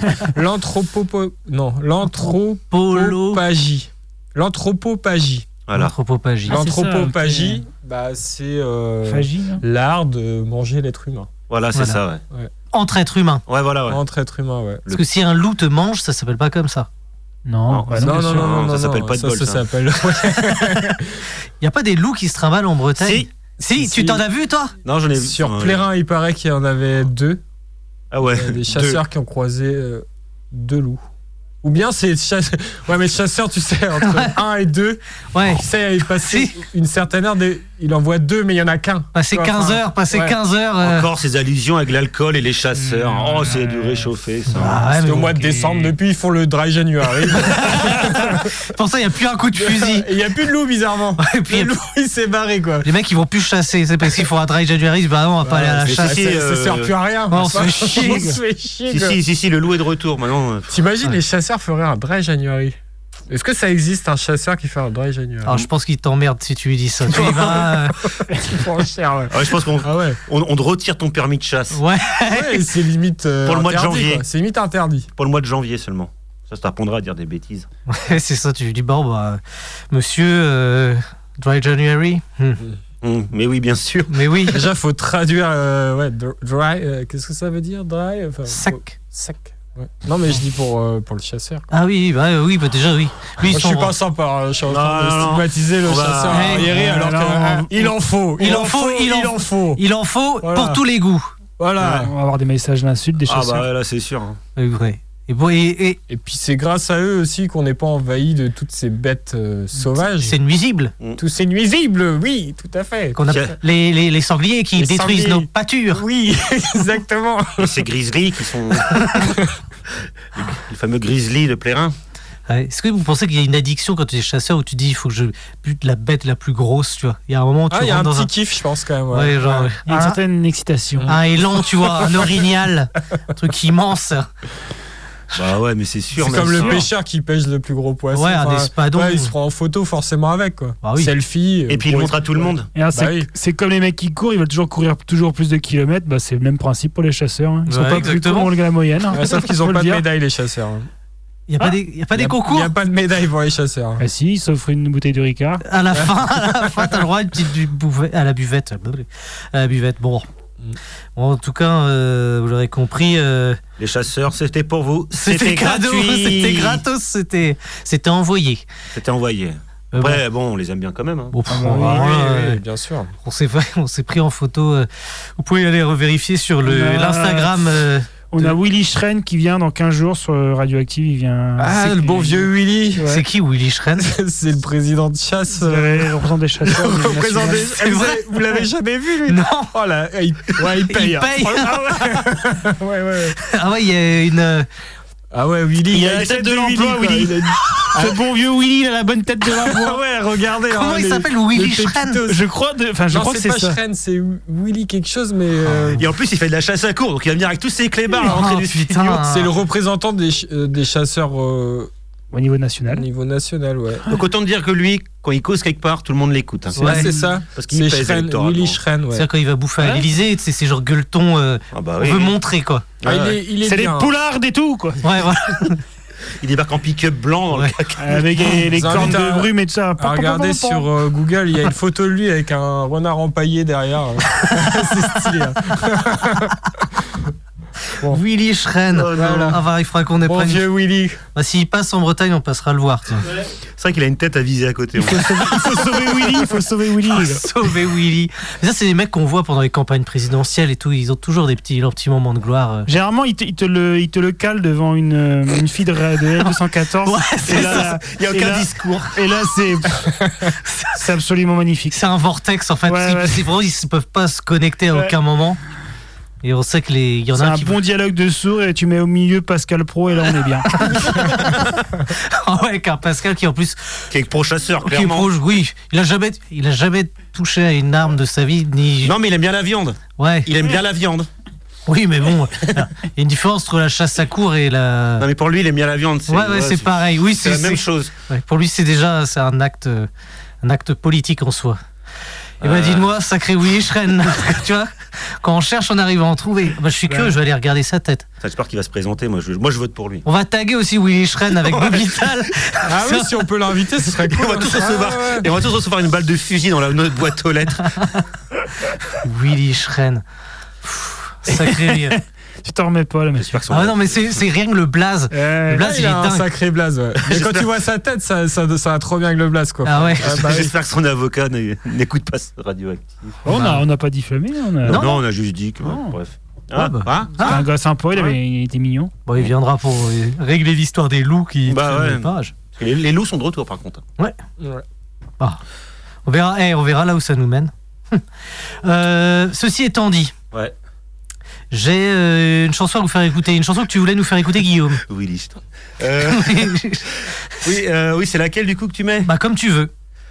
L'anthropophagie. L'anthropophagie. Voilà. L'anthropophagie, c'est l'art de manger l'être humain. Voilà, c'est ça, ouais. Entre êtres humains. Ouais, voilà, ouais. Entre êtres humains, ouais. Parce que si un loup te mange, ça s'appelle pas comme ça. Non, ça s'appelle pas de bol. Ça s'appelle. Il y a pas des loups qui se trimballent en Bretagne? Si, tu t'en as vu, toi? Non, j'en ai vu. Sur Plérin, il paraît qu'il y en avait 2. Ah ouais. Des chasseurs qui ont croisé 2 loups. Ou bien c'est ouais, mais chasseur, tu sais, entre 1 et 2, Ouais. tu sais, il passe une certaine heure, il envoie 2, mais il n'y en a qu'un. Passer 15 heures, 15 heures. Encore ces allusions avec l'alcool et les chasseurs. Oh, c'est du réchauffé, ça. Ah, ouais, C'était au mais mois de décembre, depuis ils font le dry January. Pour ça, il n'y a plus un coup de fusil. Il n'y a plus de loup, bizarrement. Et puis, Le loup, il s'est barré, quoi. les mecs, ils vont plus chasser. C'est parce qu'il faut un dry January. Bah non, on va pas aller à la c'est chasse. si, Ça sert plus à rien. on se fait chier. On se fait chier, quoi. Si, le loup est de retour maintenant. T'imagines, les chasseurs feraient un dry January? Est-ce que ça existe un chasseur qui fait un dry January? Alors, je pense qu'il t'emmerde si tu lui dis ça. Tu y vas. Tu prends cher, ouais. Ouais, je pense qu'on Ah ouais. on te retire ton permis de chasse. Ouais. Ouais, c'est limite Pour le mois de interdit, janvier. quoi. C'est limite interdit. Pour le mois de janvier seulement. Ça t'apprendra à dire des bêtises. Ouais, c'est ça. Tu lui dis, bon, bah, monsieur, dry January. Mais oui, bien sûr. Mais oui. Déjà, faut traduire dry. Qu'est-ce que ça veut dire, dry? Enfin, Sac. Sec. Ouais. Non, mais je dis pour le chasseur. Ah oui, bah déjà, oui. Lui, Moi, je suis pas sympa, hein. Je suis en train de stigmatiser le chasseur arriéré alors qu'il en faut. Il en faut. Il en faut Voilà. pour tous les goûts. Voilà. On va avoir des messages d'insultes des chasseurs. Ah bah là, c'est sûr. Hein. Ouais. Et Et puis c'est grâce à eux aussi qu'on n'est pas envahi de toutes ces bêtes sauvages. c'est nuisible. Tous ces nuisibles, oui, tout à fait. Qu'on a les sangliers qui Les détruisent sangliers. nos pâtures. Oui, exactement. Et ces grizzlies qui sont. les fameux grizzlies de Plérin. Ouais. Est-ce que vous pensez qu'il y a une addiction quand tu es chasseur où tu dis il faut que je bute la bête la plus grosse, tu vois? Il y a un moment où tu Il y a un rentres dans petit kiff, je pense, quand même. Ouais, genre, Il y a une certaine excitation. un élan, tu vois, un orignal, un truc immense. Bah ouais, mais c'est sûr. C'est même comme le sûr. pêcheur qui pêche le plus gros poisson. Ouais, un Enfin, espadon. ouais, il se prend en photo forcément avec, quoi. Ah oui. Selfie. Et puis il montre à tout le monde. Et alors, Bah oui. c'est comme les mecs qui courent, ils veulent toujours courir toujours plus de kilomètres. Bah, c'est le même principe pour les chasseurs. Hein. Ils sont Ouais, pas plus exactement. courts que la moyenne. Hein. Ouais, sauf qu'ils Faut n'ont le pas de dire. médaille, les chasseurs. Il n'y a pas des concours. Il n'y a pas de médaille pour les chasseurs. Ah si, ils s'offrent une bouteille de Ricard. À la fin, t'as le droit à une petite à la buvette. À la buvette, bon. Bon, en tout cas, vous l'aurez compris. Les chasseurs, c'était pour vous. C'était cadeau, gratuit. c'était gratos, c'était envoyé. C'était envoyé. Après, bon, on les aime bien quand même. Hein. Bon, Oui, bien sûr. on s'est pris en photo. Vous pouvez aller revérifier sur l'Instagram. On a Willy Schren qui vient dans 15 jours sur Radioactive. Il vient. Ah, le bon vieux Willy. C'est qui Willy Schren? C'est le président de chasse. Le représentant des chasseurs. Le représentant des- C'est vrai. Vous l'avez jamais vu, lui? Non. Oh là, il paye. Il paye. Ah ouais. Ouais. Ah ouais, il y a une. Ah ouais, Willy. Il a une tête de l'emploi, Willy, Willy. Ce bon vieux Willy, il a la bonne tête de la voix. Ah ouais, regardez. Comment hein, il les- s'appelle Willy les Schren? pépitos. Je crois, je Non, crois que c'est c'est pas ça. Schren, c'est Willy quelque chose, mais. Et en plus, il fait de la chasse à court, donc il va venir avec tous ses clébards à Oh, rentrer du putain. studio. C'est le représentant des chasseurs Au niveau au national. niveau national, ouais. Donc autant te dire que lui, quand il cause quelque part, tout le monde l'écoute. Hein. Ouais. C'est ça. Parce qu'il C'est pèse Schren, électoralement. Willy Schren, ouais. C'est quand il va bouffer à Ouais. l'Elysée, c'est genre gueuleton. Ah bah On oui. veut montrer quoi. Ah, Ouais. il est C'est les bien. poulards et tout, quoi. Ouais, voilà. Il débarque en pick-up blanc dans Ouais. le caca. Avec les Vous cornes invite à- de brume et tout ça. À regarder sur Google, il y a une photo de lui avec un renard empaillé derrière. C'est stylé. Hein. Bon. Willy Schren. Oh, non. Ah bah, il faudra qu'on ait Bon pas une... vieux Willy. Bah, s'il passe en Bretagne, on passera le voir. Tiens. C'est vrai qu'il a une tête à viser à côté. Il faut sauver Willy, il faut sauver Willy. les gars. Sauver Willy. Mais ça, c'est des mecs qu'on voit pendant les campagnes présidentielles et tout. Ils ont toujours leurs petits moments de gloire. Généralement, il te le cale devant une fille de L214. Ouais, c'est Et ça. là, Il n'y a et aucun là- discours. Et là, c'est absolument magnifique. C'est un vortex en fait. Ouais, ouais. C'est vraiment, ils ne peuvent pas se connecter à Ouais. aucun moment. Et on sait que il y en C'est a un qui bon dialogue de sourds et tu mets au milieu Pascal Pro et là on est bien. Ah ouais, car Pascal qui en plus Qui est pro-chasseur, qui est clairement. proche, oui, il a jamais touché à une arme de sa vie ni. Non, mais il aime bien la viande. Ouais. Il aime bien la viande. Oui, mais bon, il y a une différence entre la chasse à court et la. Non, mais pour lui, il aime bien la viande. Ouais, c'est pareil. Oui, C'est la même chose. Ouais, pour lui, c'est un acte politique en soi. Et bah dis-moi, sacré Willy Schren, tu vois, quand on cherche, on arrive à en trouver. Bah, je suis curieux, je vais aller regarder sa tête. J'espère qu'il va se présenter. Moi, je vote pour lui. On va taguer aussi Willy Schren avec Bob Vital. Ah oui, si on peut l'inviter, ce serait Et cool. on va tous recevoir, Ah ouais. et on va tous recevoir une balle de fusil dans notre boîte aux lettres. Willy Schren. Pff, sacré rire. Tu t'en remets pas là, mais. J'espère que son- Ah non, mais c'est rien que le blaze. Le blaze, Ah, il il est a un dingue. sacré blaze, ouais. Mais quand tu vois sa tête, ça va trop bien avec le blaze, quoi. Ah ouais. bah oui. J'espère que son avocat n'écoute pas ce radioactif. On n'a pas diffamé. Non, on a juste dit que. Non. Bref. C'est un gars sympa, il était mignon. Bon, il viendra pour régler l'histoire des loups qui traînent les pages. Les loups sont de retour par contre. Ouais. Ah. On verra là où ça nous mène. Ceci étant dit, j'ai une chanson à vous faire écouter, une chanson que tu voulais nous faire écouter, Guillaume. Oui, c'est laquelle du coup que tu mets ? Bah comme tu veux.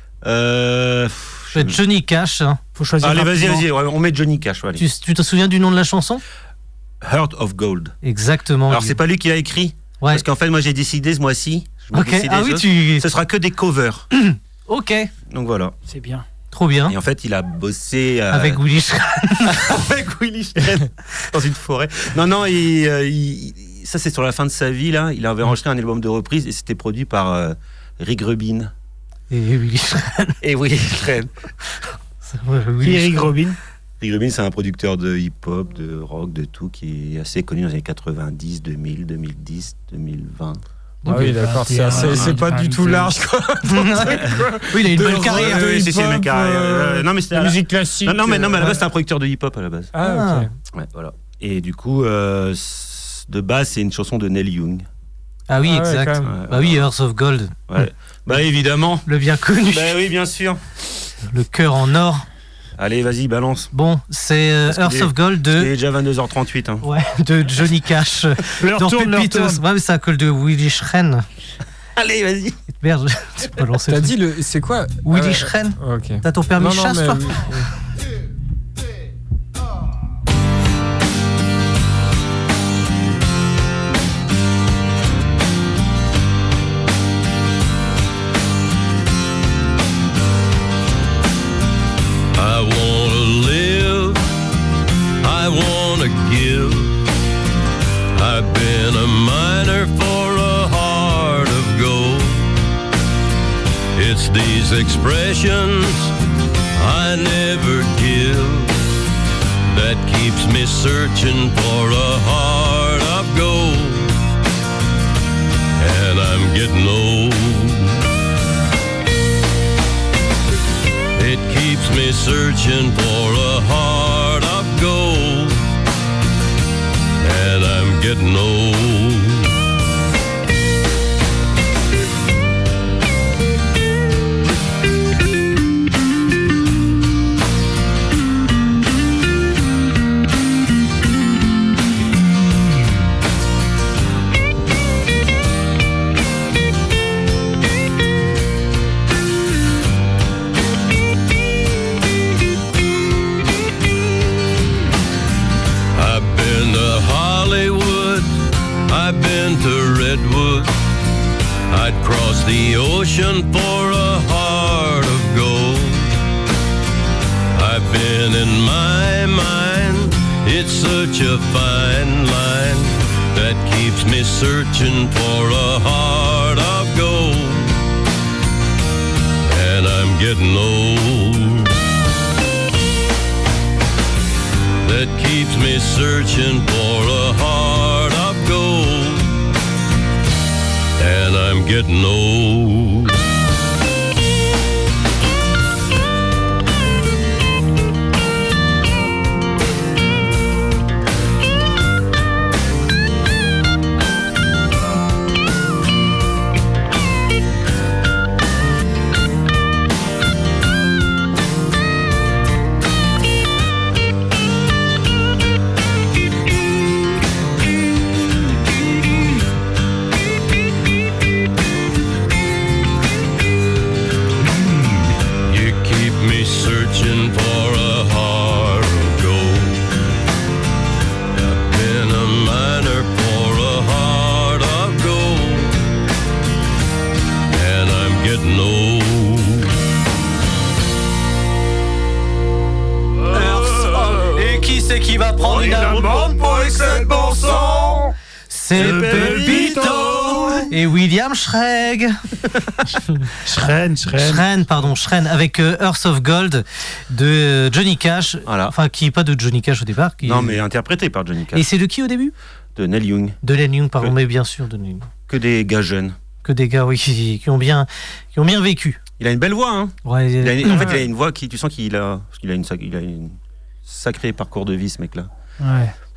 Johnny Cash. Hein. Faut choisir. Allez, vas-y, on met Johnny Cash. Allez. Tu te souviens du nom de la chanson ? Heart of Gold. Exactement. Alors c'est pas lui qui l'a écrit. Ouais. Parce qu'en fait moi j'ai décidé ce mois-ci. Ce sera que des covers. Ok. Donc voilà. C'est bien. Trop bien. Et en fait il a bossé avec Willy Schren. Avec Willy Schren dans une forêt. Non, ça c'est sur la fin de sa vie là. Il avait enregistré un album de reprise et c'était produit par Rick Rubin. Et Willy Schren. Et Willy Schren. Qui est Rick Rubin ? Rick Rubin, c'est un producteur de hip-hop, de rock, de tout, qui est assez connu dans les années 90, 2000, 2010, 2020. Ah oui, d'accord, c'est pas du tout large, quoi. Oui, il a une belle carrière. Oui, c'est une belle carrière. Non, mais c'était la musique classique. Non, mais à la base, c'est un producteur de hip-hop à la base. Ah, ok. Ouais, voilà. Et du coup, de base, c'est une chanson de Neil Young. Ah oui, exact. Bah oui, Earth of Gold. Ouais. Bah évidemment. Le bien connu. Bah oui, bien sûr. Le cœur en or. Allez, vas-y, balance. Bon, c'est Earth of Gold de... Il est déjà 22h38. Hein. Ouais, de Johnny Cash. Dans Pépitos. Ouais, mais c'est à cause de Willy Schren. Allez, vas-y. Merde, je pas lancé. T'as dit le... C'est quoi Willy Schren. Ok. T'as ton permis de chasse, toi ? I've been a miner for a heart of gold. It's these expressions I never give that keeps me searching for a heart of gold. And I'm getting old. It keeps me searching for a heart of gold. And I'm getting old. I've been to Redwood. I'd cross the ocean for a heart of gold. I've been in my mind. It's such a fine line that keeps me searching for a heart of gold. And I'm getting old. That keeps me searching for a heart of gold. And I'm getting old. Qui va prendre une amende pour excès de bon sang? C'est Pépito et William Schreg. Schren, avec Earth of Gold de Johnny Cash. Voilà. Enfin, qui n'est pas de Johnny Cash au départ. Non, mais interprété par Johnny Cash. Et c'est de qui au début? De Neil Young. De Neil Young, pardon, mais bien sûr de Neil Young. Que des gars jeunes. Que des gars, oui, qui ont bien vécu. Il a une belle voix, hein. Ouais, en fait, il a une voix qui, tu sens qu'il a une sacré parcours de vie, ce mec-là. Ouais.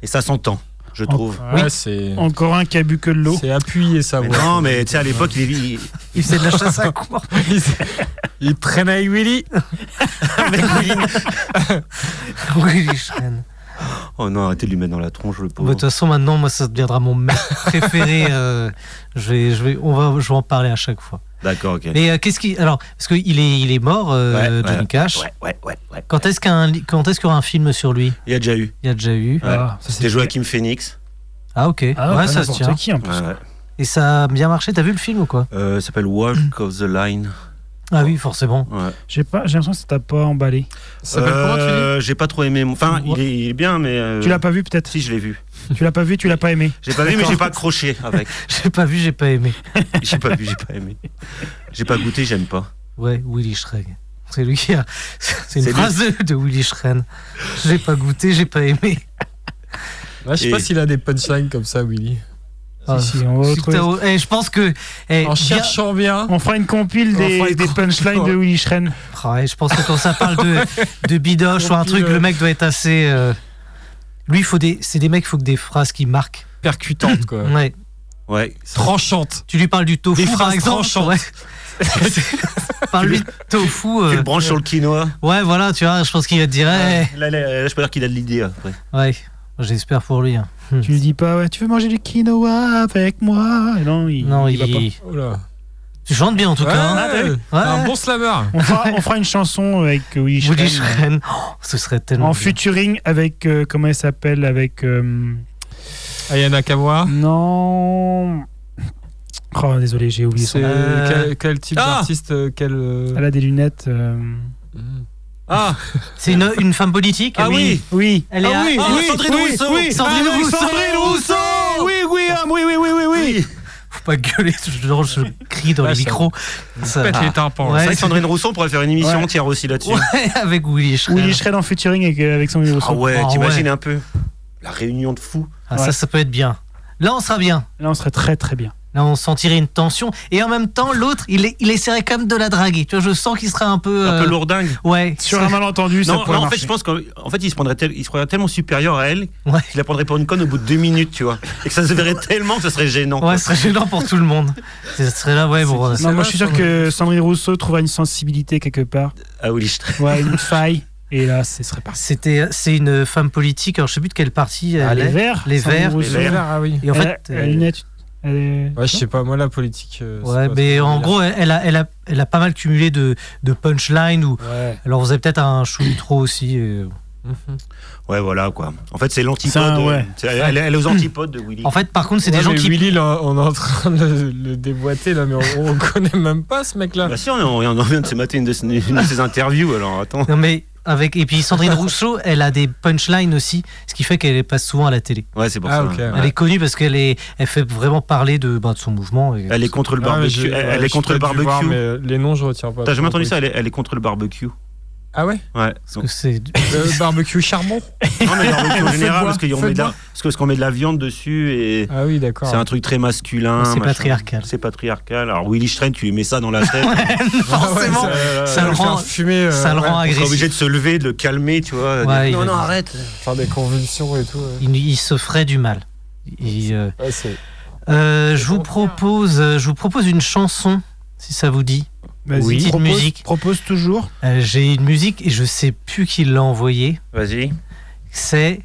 Et ça s'entend, je trouve. Ouais, c'est... Encore un qui a bu que de l'eau. C'est appuyé, ça. Mais non, mais tu sais, à l'époque, il faisait de la chasse à courre. Il traînait avec Willy. Avec Willy. Willy Schren. Oh non, arrêtez de lui mettre dans la tronche, le pauvre. De toute façon, maintenant, moi, ça deviendra mon mec préféré. Je vais en parler à chaque fois. D'accord, ok. Et qu'est-ce qui... Alors, parce qu'il est mort, Johnny Cash. Ouais. Quand est-ce qu'il y aura un film sur lui ? Il y a déjà eu. Ouais. C'était Joachim Phoenix. Ah, ok. Ouais, ça se tient. Qui, en plus. Ouais. Et ça a bien marché. T'as vu le film ou quoi ? Ça s'appelle Walk of the Line. Ah oui, forcément. Ouais. J'ai l'impression que ça t'a pas emballé. Ça s'appelle comment, tu dis ? J'ai pas trop aimé. Enfin, il est bien, mais. Tu l'as pas vu peut-être ? Si, je l'ai vu. Tu l'as pas vu, tu l'as pas aimé. J'ai pas vu, mais j'ai pas accroché avec. J'ai pas vu, j'ai pas aimé. J'ai pas vu, j'ai pas aimé. J'ai pas goûté, j'aime pas. Ouais, Willy Schren. C'est lui qui a. C'est une phrase de Willy Schren. J'ai pas goûté, j'ai pas aimé. Je sais pas s'il a des punchlines comme ça, Willy. Si, on va retrouver. Je pense que. En cherchant bien. On fera une compile des punchlines de Willy Schren. Ouais, je pense que quand ça parle de bidoche ou un truc, le mec doit être assez. Lui, c'est des mecs, il faut que des phrases qui marquent. Percutantes, quoi. Ouais. Tranchantes. Tu lui parles du tofu, des par exemple. Tranchantes. Ouais. Parle-lui de tofu. Tu le branches sur le quinoa. Ouais, voilà, tu vois, je pense qu'il va te dire. Là, je peux dire qu'il a de l'idée après. Ouais, j'espère pour lui. Hein. Tu lui dis pas, ouais, tu veux manger du quinoa avec moi ? Et non, il va pas. Oh là. Tu chantes bien en tout cas. Ouais. Un bon slammer. On fera une chanson avec Willy Schren. Ce serait tellement. En featuring avec comment elle s'appelle, avec Aya Nakamura. Non. Oh désolé, j'ai oublié son nom. Quel type d'artiste Elle a des lunettes. C'est une femme politique. Ah oui. Elle est Sandrine Rousseau. Sandrine Rousseau. Oui. Faut pas gueuler, je crie dans les micros. Ça pète les tympans. C'est vrai que Sandrine Rousseau pourrait faire une émission entière aussi là-dessus. Ouais, avec Willy Schren. Willy Schren en featuring avec Sandrine Rousseau. Ah ouais, t'imagines un peu la réunion de fous. Ça peut être bien. Là, on sera bien. Là, on serait très très bien. Là, on sentirait une tension. Et en même temps, l'autre, il essaierait quand même de la draguer. Tu vois, je sens qu'il serait un peu... Un peu lourdingue. Ouais. Sur un malentendu, ça pourrait marcher. En fait, je pense qu'en fait, il se prendrait tellement supérieur à elle qu'il la prendrait pour une conne au bout de 2 minutes, tu vois. Et que ça se verrait tellement que ça serait gênant. Ouais, ce serait gênant pour tout le monde. Ça serait là, ouais, bon. Non, moi, je suis sûr que Sandrine Rousseau trouvera une sensibilité quelque part. Ah oui, je Ouais, une faille. Et là, ce serait parti. C'est une femme politique. Alors, je sais plus de quelle partie. Les Verts. Les Verts. Ah oui. Et en fait, ouais, je sais pas, moi la politique. Ouais, mais en gros, elle a pas mal cumulé de punchlines. Ouais. Alors, vous avez peut-être un chou-trop aussi. Ouais, voilà quoi. En fait, c'est l'antipode. Elle est aux antipodes de Willy. En fait, par contre, c'est des gens qui. Willy, là, on est en train de le déboîter, là, mais on connaît même pas ce mec-là. Bah si, on vient de se mater une de ses interviews, alors attends. Non, mais. Et puis Sandrine Rousseau, elle a des punchlines aussi, ce qui fait qu'elle passe souvent à la télé. Ouais, c'est pour ça. Okay. Elle est connue parce qu'elle fait vraiment parler de son mouvement. Elle est contre le barbecue. Elle est contre le barbecue. Voir, mais les noms, je retiens pas. T'as jamais entendu ça ? Elle est contre le barbecue. Ah ouais ? Ouais. Parce que c'est barbecue charbon. Non, mais barbecue en général, parce qu'on met de la viande dessus et. Ah oui, d'accord. C'est un truc très masculin. C'est patriarcal. C'est patriarcal. Alors Willy Schren, tu lui mets ça dans la tête. Forcément. Ça le rend fumer. Ça le rend agressif. On est obligé de se lever, de le calmer, tu vois. Ouais, non, arrête. Faire des convulsions et tout. Il se ferait du mal. Je vous propose une chanson, si ça vous dit. Vas-y, petite musique. Propose toujours. J'ai une musique et je sais plus qui l'a envoyée. Vas-y. C'est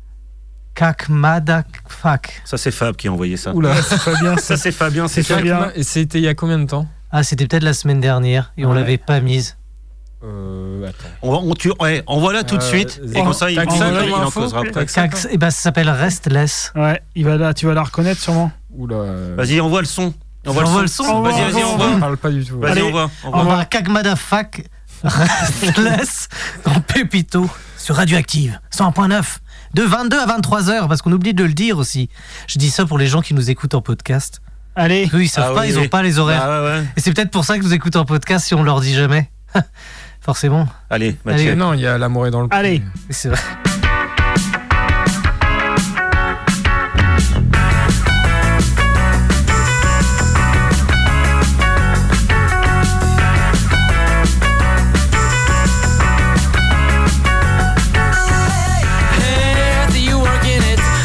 Kakmadafak. Ça c'est Fab qui a envoyé ça. Oula, c'est Fabien. Ça c'est Fabien. C'est Fabien. Et c'était il y a combien de temps ? Ah, c'était peut-être la semaine dernière et on l'avait pas mise. Attends. Envoie-la tout de suite et comme ça il en causera après. Ça s'appelle Restless. Ouais, tu vas la reconnaître sûrement. Oula. Vas-y, envoie le son. Envoie le son. Vas-y, envoie. On parle pas du tout. Vas-y, envoie. Envoie Kakmadafak Restless en Pépito sur Radioactive 101.9 de 22 à 23h parce qu'on oublie de le dire aussi. Je dis ça pour les gens qui nous écoutent en podcast. Allez. Eux, ils savent pas, ils ont pas les horaires. Ouais. Et c'est peut-être pour ça que nous écoutons en podcast si on leur dit jamais. Forcément. Allez, Mathieu. Non, il y a l'amour est dans le prix. Allez. C'est vrai. Hey, you working it?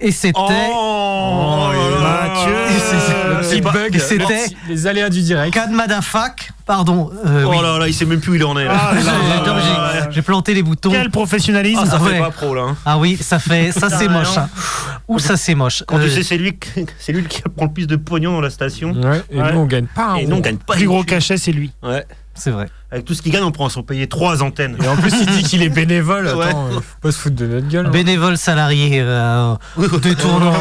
Et c'était... Mathieu, le petit bug, c'était les aléas du direct. Kad Madafak, pardon. Oh là là, il sait même plus où il en est. J'ai planté les boutons. Quel professionnalisme. Ah, ça fait pas pro là. Ah oui, ça c'est moche. Hein. Ouh, ça c'est moche. Quand tu sais, c'est lui qui prend le plus de pognon dans la station. Ouais, et nous on gagne pas. Et nous on gagne pas. Le plus gros cachet, c'est lui. Ouais. C'est vrai. Avec tout ce qu'il gagne, on prend à s'en payer 3 antennes. Et en plus, il dit qu'il est bénévole. Attends, faut pas se foutre de notre gueule. Bénévole salarié détournant.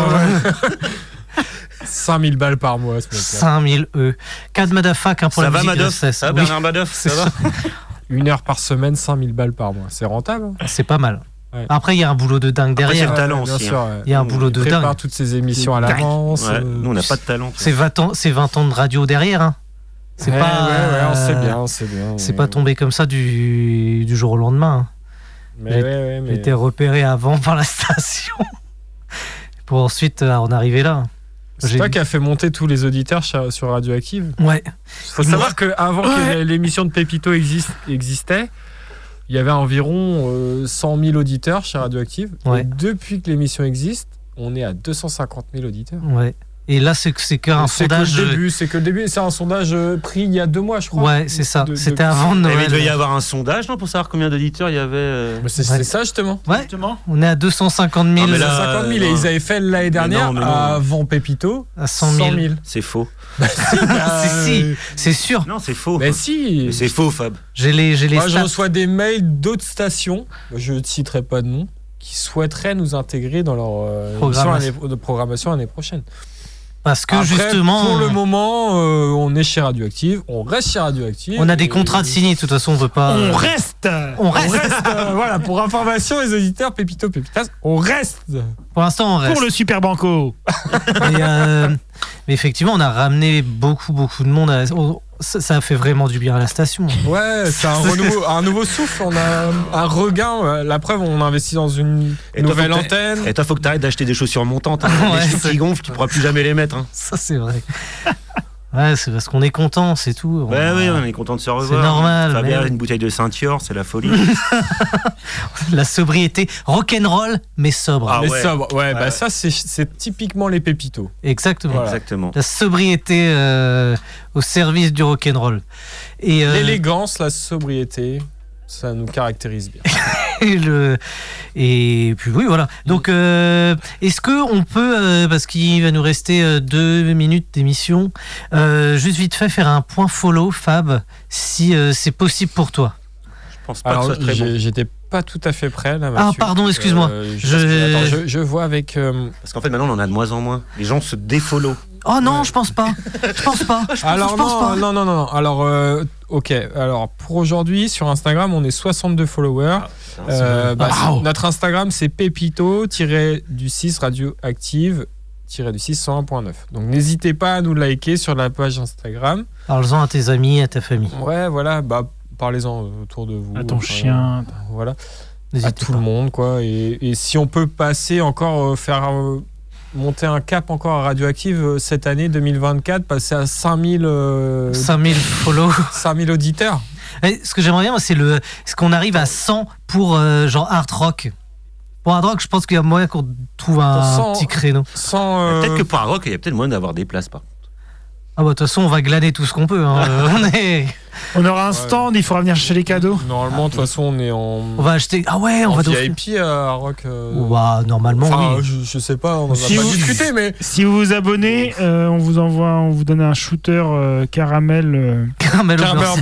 5000 balles par mois, ce mec-là. 5000 Kad Madafak, pour ça la va, musique Madoff. de Ça va, Bernard Madoff, ça va. 1 heure par semaine, 5000 balles par mois. C'est rentable. Hein. C'est pas mal. Ouais. Après, il y a un boulot de dingue derrière. Après, c'est le talent aussi. Sûr, il y a un boulot de dingue. Il prépare toutes ces émissions à l'avance. Ouais. Nous, on n'a pas de talent. C'est 20 ans de radio derrière. Hein. C'est pas. On sait bien. C'est pas tombé comme ça du jour au lendemain. Hein. J'ai été repéré avant par la station pour ensuite en arriver là. C'est toi qui as fait monter tous les auditeurs sur Radioactive. Ouais. Faut savoir qu'avant que l'émission de Pépito existait, il y avait environ 100 000 auditeurs chez Radioactive. Ouais. Et depuis que l'émission existe, on est à 250 000 auditeurs. Ouais. Et là, c'est qu'un sondage. C'est que le début, c'est un sondage pris il y a 2 mois, je crois. Ouais, c'est ça. C'était avant de Noël. Mais il devait y avoir un sondage, non, pour savoir combien d'auditeurs il y avait. C'est ça, justement. Ouais. On est à 250 000. 250 000 et ils avaient fait l'année dernière avant Pépito à 100 000. C'est faux. Si, c'est sûr. Non, c'est faux. Mais si. C'est faux, Fab. J'ai les Moi, je stats. reçois des mails d'autres stations, je ne citerai pas de nom, qui souhaiteraient nous intégrer dans leur programmation l'année prochaine. Parce que après, justement. Pour le moment, on est chez Radioactive, on reste chez Radioactive. On a des contrats de signés, de toute façon, on veut pas. On reste. Voilà, pour information, les auditeurs, Pépito, Pépitas, on reste. Pour l'instant, on reste. Pour le Super Banco. Mais effectivement, on a ramené beaucoup de monde. Ça a fait vraiment du bien à la station. Ouais, c'est un nouveau souffle. On a un regain. La preuve, on a investi dans une nouvelle antenne. Et toi, faut que tu arrêtes d'acheter des chaussures montantes. Hein. Les chaussures qui gonflent, tu pourras plus jamais les mettre. Hein. Ça, c'est vrai. Ouais, c'est parce qu'on est content, c'est tout. Oui, on est content de se revoir. C'est normal. Fabien, une bouteille de Saint-Yor, c'est la folie. La sobriété, rock'n'roll, mais sobre. Ah, mais sobre, ouais. Bah ça, c'est typiquement les pépitos. Exactement. Voilà. Exactement. La sobriété au service du rock'n'roll. L'élégance, la sobriété, ça nous caractérise bien. Et puis oui, voilà. Donc, est-ce qu'on peut, parce qu'il va nous rester 2 minutes d'émission, juste vite fait faire un point follow, Fab, si c'est possible pour toi. Je pense pas que ce soit très bon. J'étais pas tout à fait prêt là. Ah pardon, excuse-moi. Je vois avec. Parce qu'en fait maintenant on en a de moins en moins. Les gens se défollow. Oh non, je pense pas. Alors non. Alors ok. Alors pour aujourd'hui sur Instagram on est 62 followers. Notre Instagram c'est Pépito-du6 Radioactive. Du 601.9. Donc n'hésitez pas à nous liker sur la page Instagram. Parle-en à tes amis, à ta famille. Ouais, voilà. Parlez-en autour de vous. À ton chien. Voilà. N'hésitez à tout le monde, quoi. Et si on peut passer encore, faire monter un cap encore à Radioactive cette année 2024, passer à 5000 follow. 5000 auditeurs. Et ce que j'aimerais bien, c'est qu'on arrive à 100 pour genre hard rock. Pour hard rock, je pense qu'il y a moyen qu'on trouve un petit créneau. Peut-être que pour hard rock, il y a peut-être moyen d'avoir des places, par contre. Ah bah de toute façon, on va glaner tout ce qu'on peut. Hein. On aura un stand, il faudra venir chercher les cadeaux. Normalement, de toute façon, on est en. On va acheter. Ah ouais, on va VIP à Rock. Bah, normalement, oui. Je sais pas, on en a pas discuté, mais. Si vous vous abonnez, on vous donne un shooter caramel. Caramel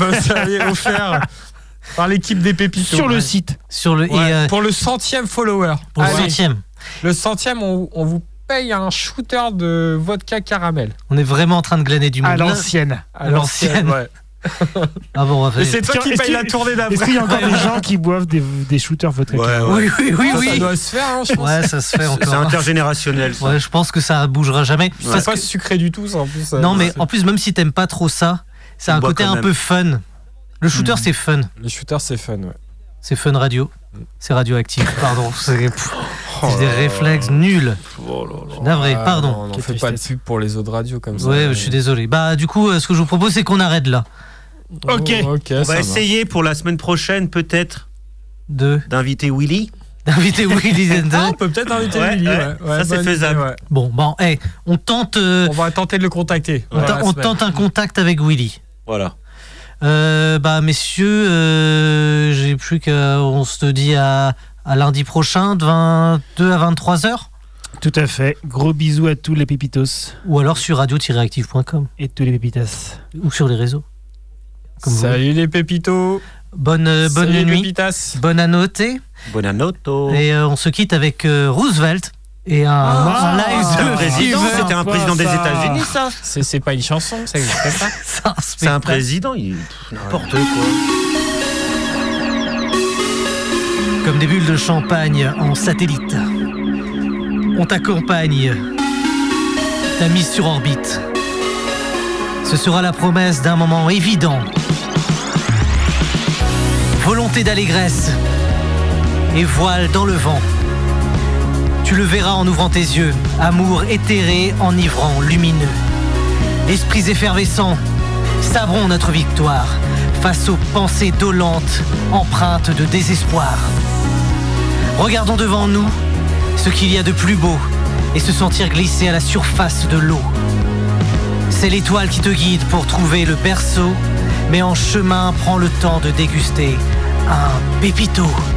offert par l'équipe des Pépitos. Sur le site. Pour le 100e follower. Pour le 100e. Le 100e, on vous paye un shooter de vodka caramel. On est vraiment en train de glaner du monde. À l'ancienne. Ouais. Ah bon, on va faire. Et c'est toi qui paye la tournée d'après. Est-ce qu'il y a encore des gens qui boivent des shooters vodka caramel? Oui. Ça doit se faire, hein, je pense. Ouais, ça se fait encore. C'est intergénérationnel. Ça. Ouais, je pense que ça bougera jamais. C'est pas sucré du tout, ça, en plus. Non, mais en plus, même si t'aimes pas trop ça, c'est un côté un peu fun. Le shooter, c'est fun. Le shooter, c'est fun, ouais. C'est fun radio. C'est radioactif, pardon. C'est des réflexes nuls. Navré, pardon. On ne fait pas de pub pour les autres radios comme ça. Ouais, je suis désolé. Bah, du coup, ce que je vous propose, c'est qu'on arrête là. Ok. On va essayer pour la semaine prochaine, peut-être, d'inviter Willy. D'inviter Willy Zender. On peut peut-être inviter Willy. Ça, c'est faisable. Ouais. Bon, on tente. On va tenter de le contacter. On tente un contact avec Willy. Voilà. Messieurs, j'ai plus qu'on se dit à lundi prochain, de 22 à 23h. Tout à fait. Gros bisous à tous les pépitos. Ou alors sur radio-active.com. Et tous les pépitas. Ou sur les réseaux. Salut les pépitos. Bonne nuit. Pépitas. Bonne annoté. Bonne annoto. Et on se quitte avec Roosevelt. Et un live de président. C'était un président des États-Unis, ça. C'est pas une chanson, ça existe pas. C'est un président, n'importe quoi. Comme des bulles de champagne en satellite, on t'accompagne, t'a mise sur orbite. Ce sera la promesse d'un moment évident. Volonté d'allégresse et voile dans le vent. Tu le verras en ouvrant tes yeux, amour éthéré, enivrant, lumineux. Esprits effervescents, sabrons notre victoire face aux pensées dolentes, empreintes de désespoir. Regardons devant nous ce qu'il y a de plus beau et se sentir glisser à la surface de l'eau. C'est l'étoile qui te guide pour trouver le berceau, mais en chemin, prends le temps de déguster un pépito.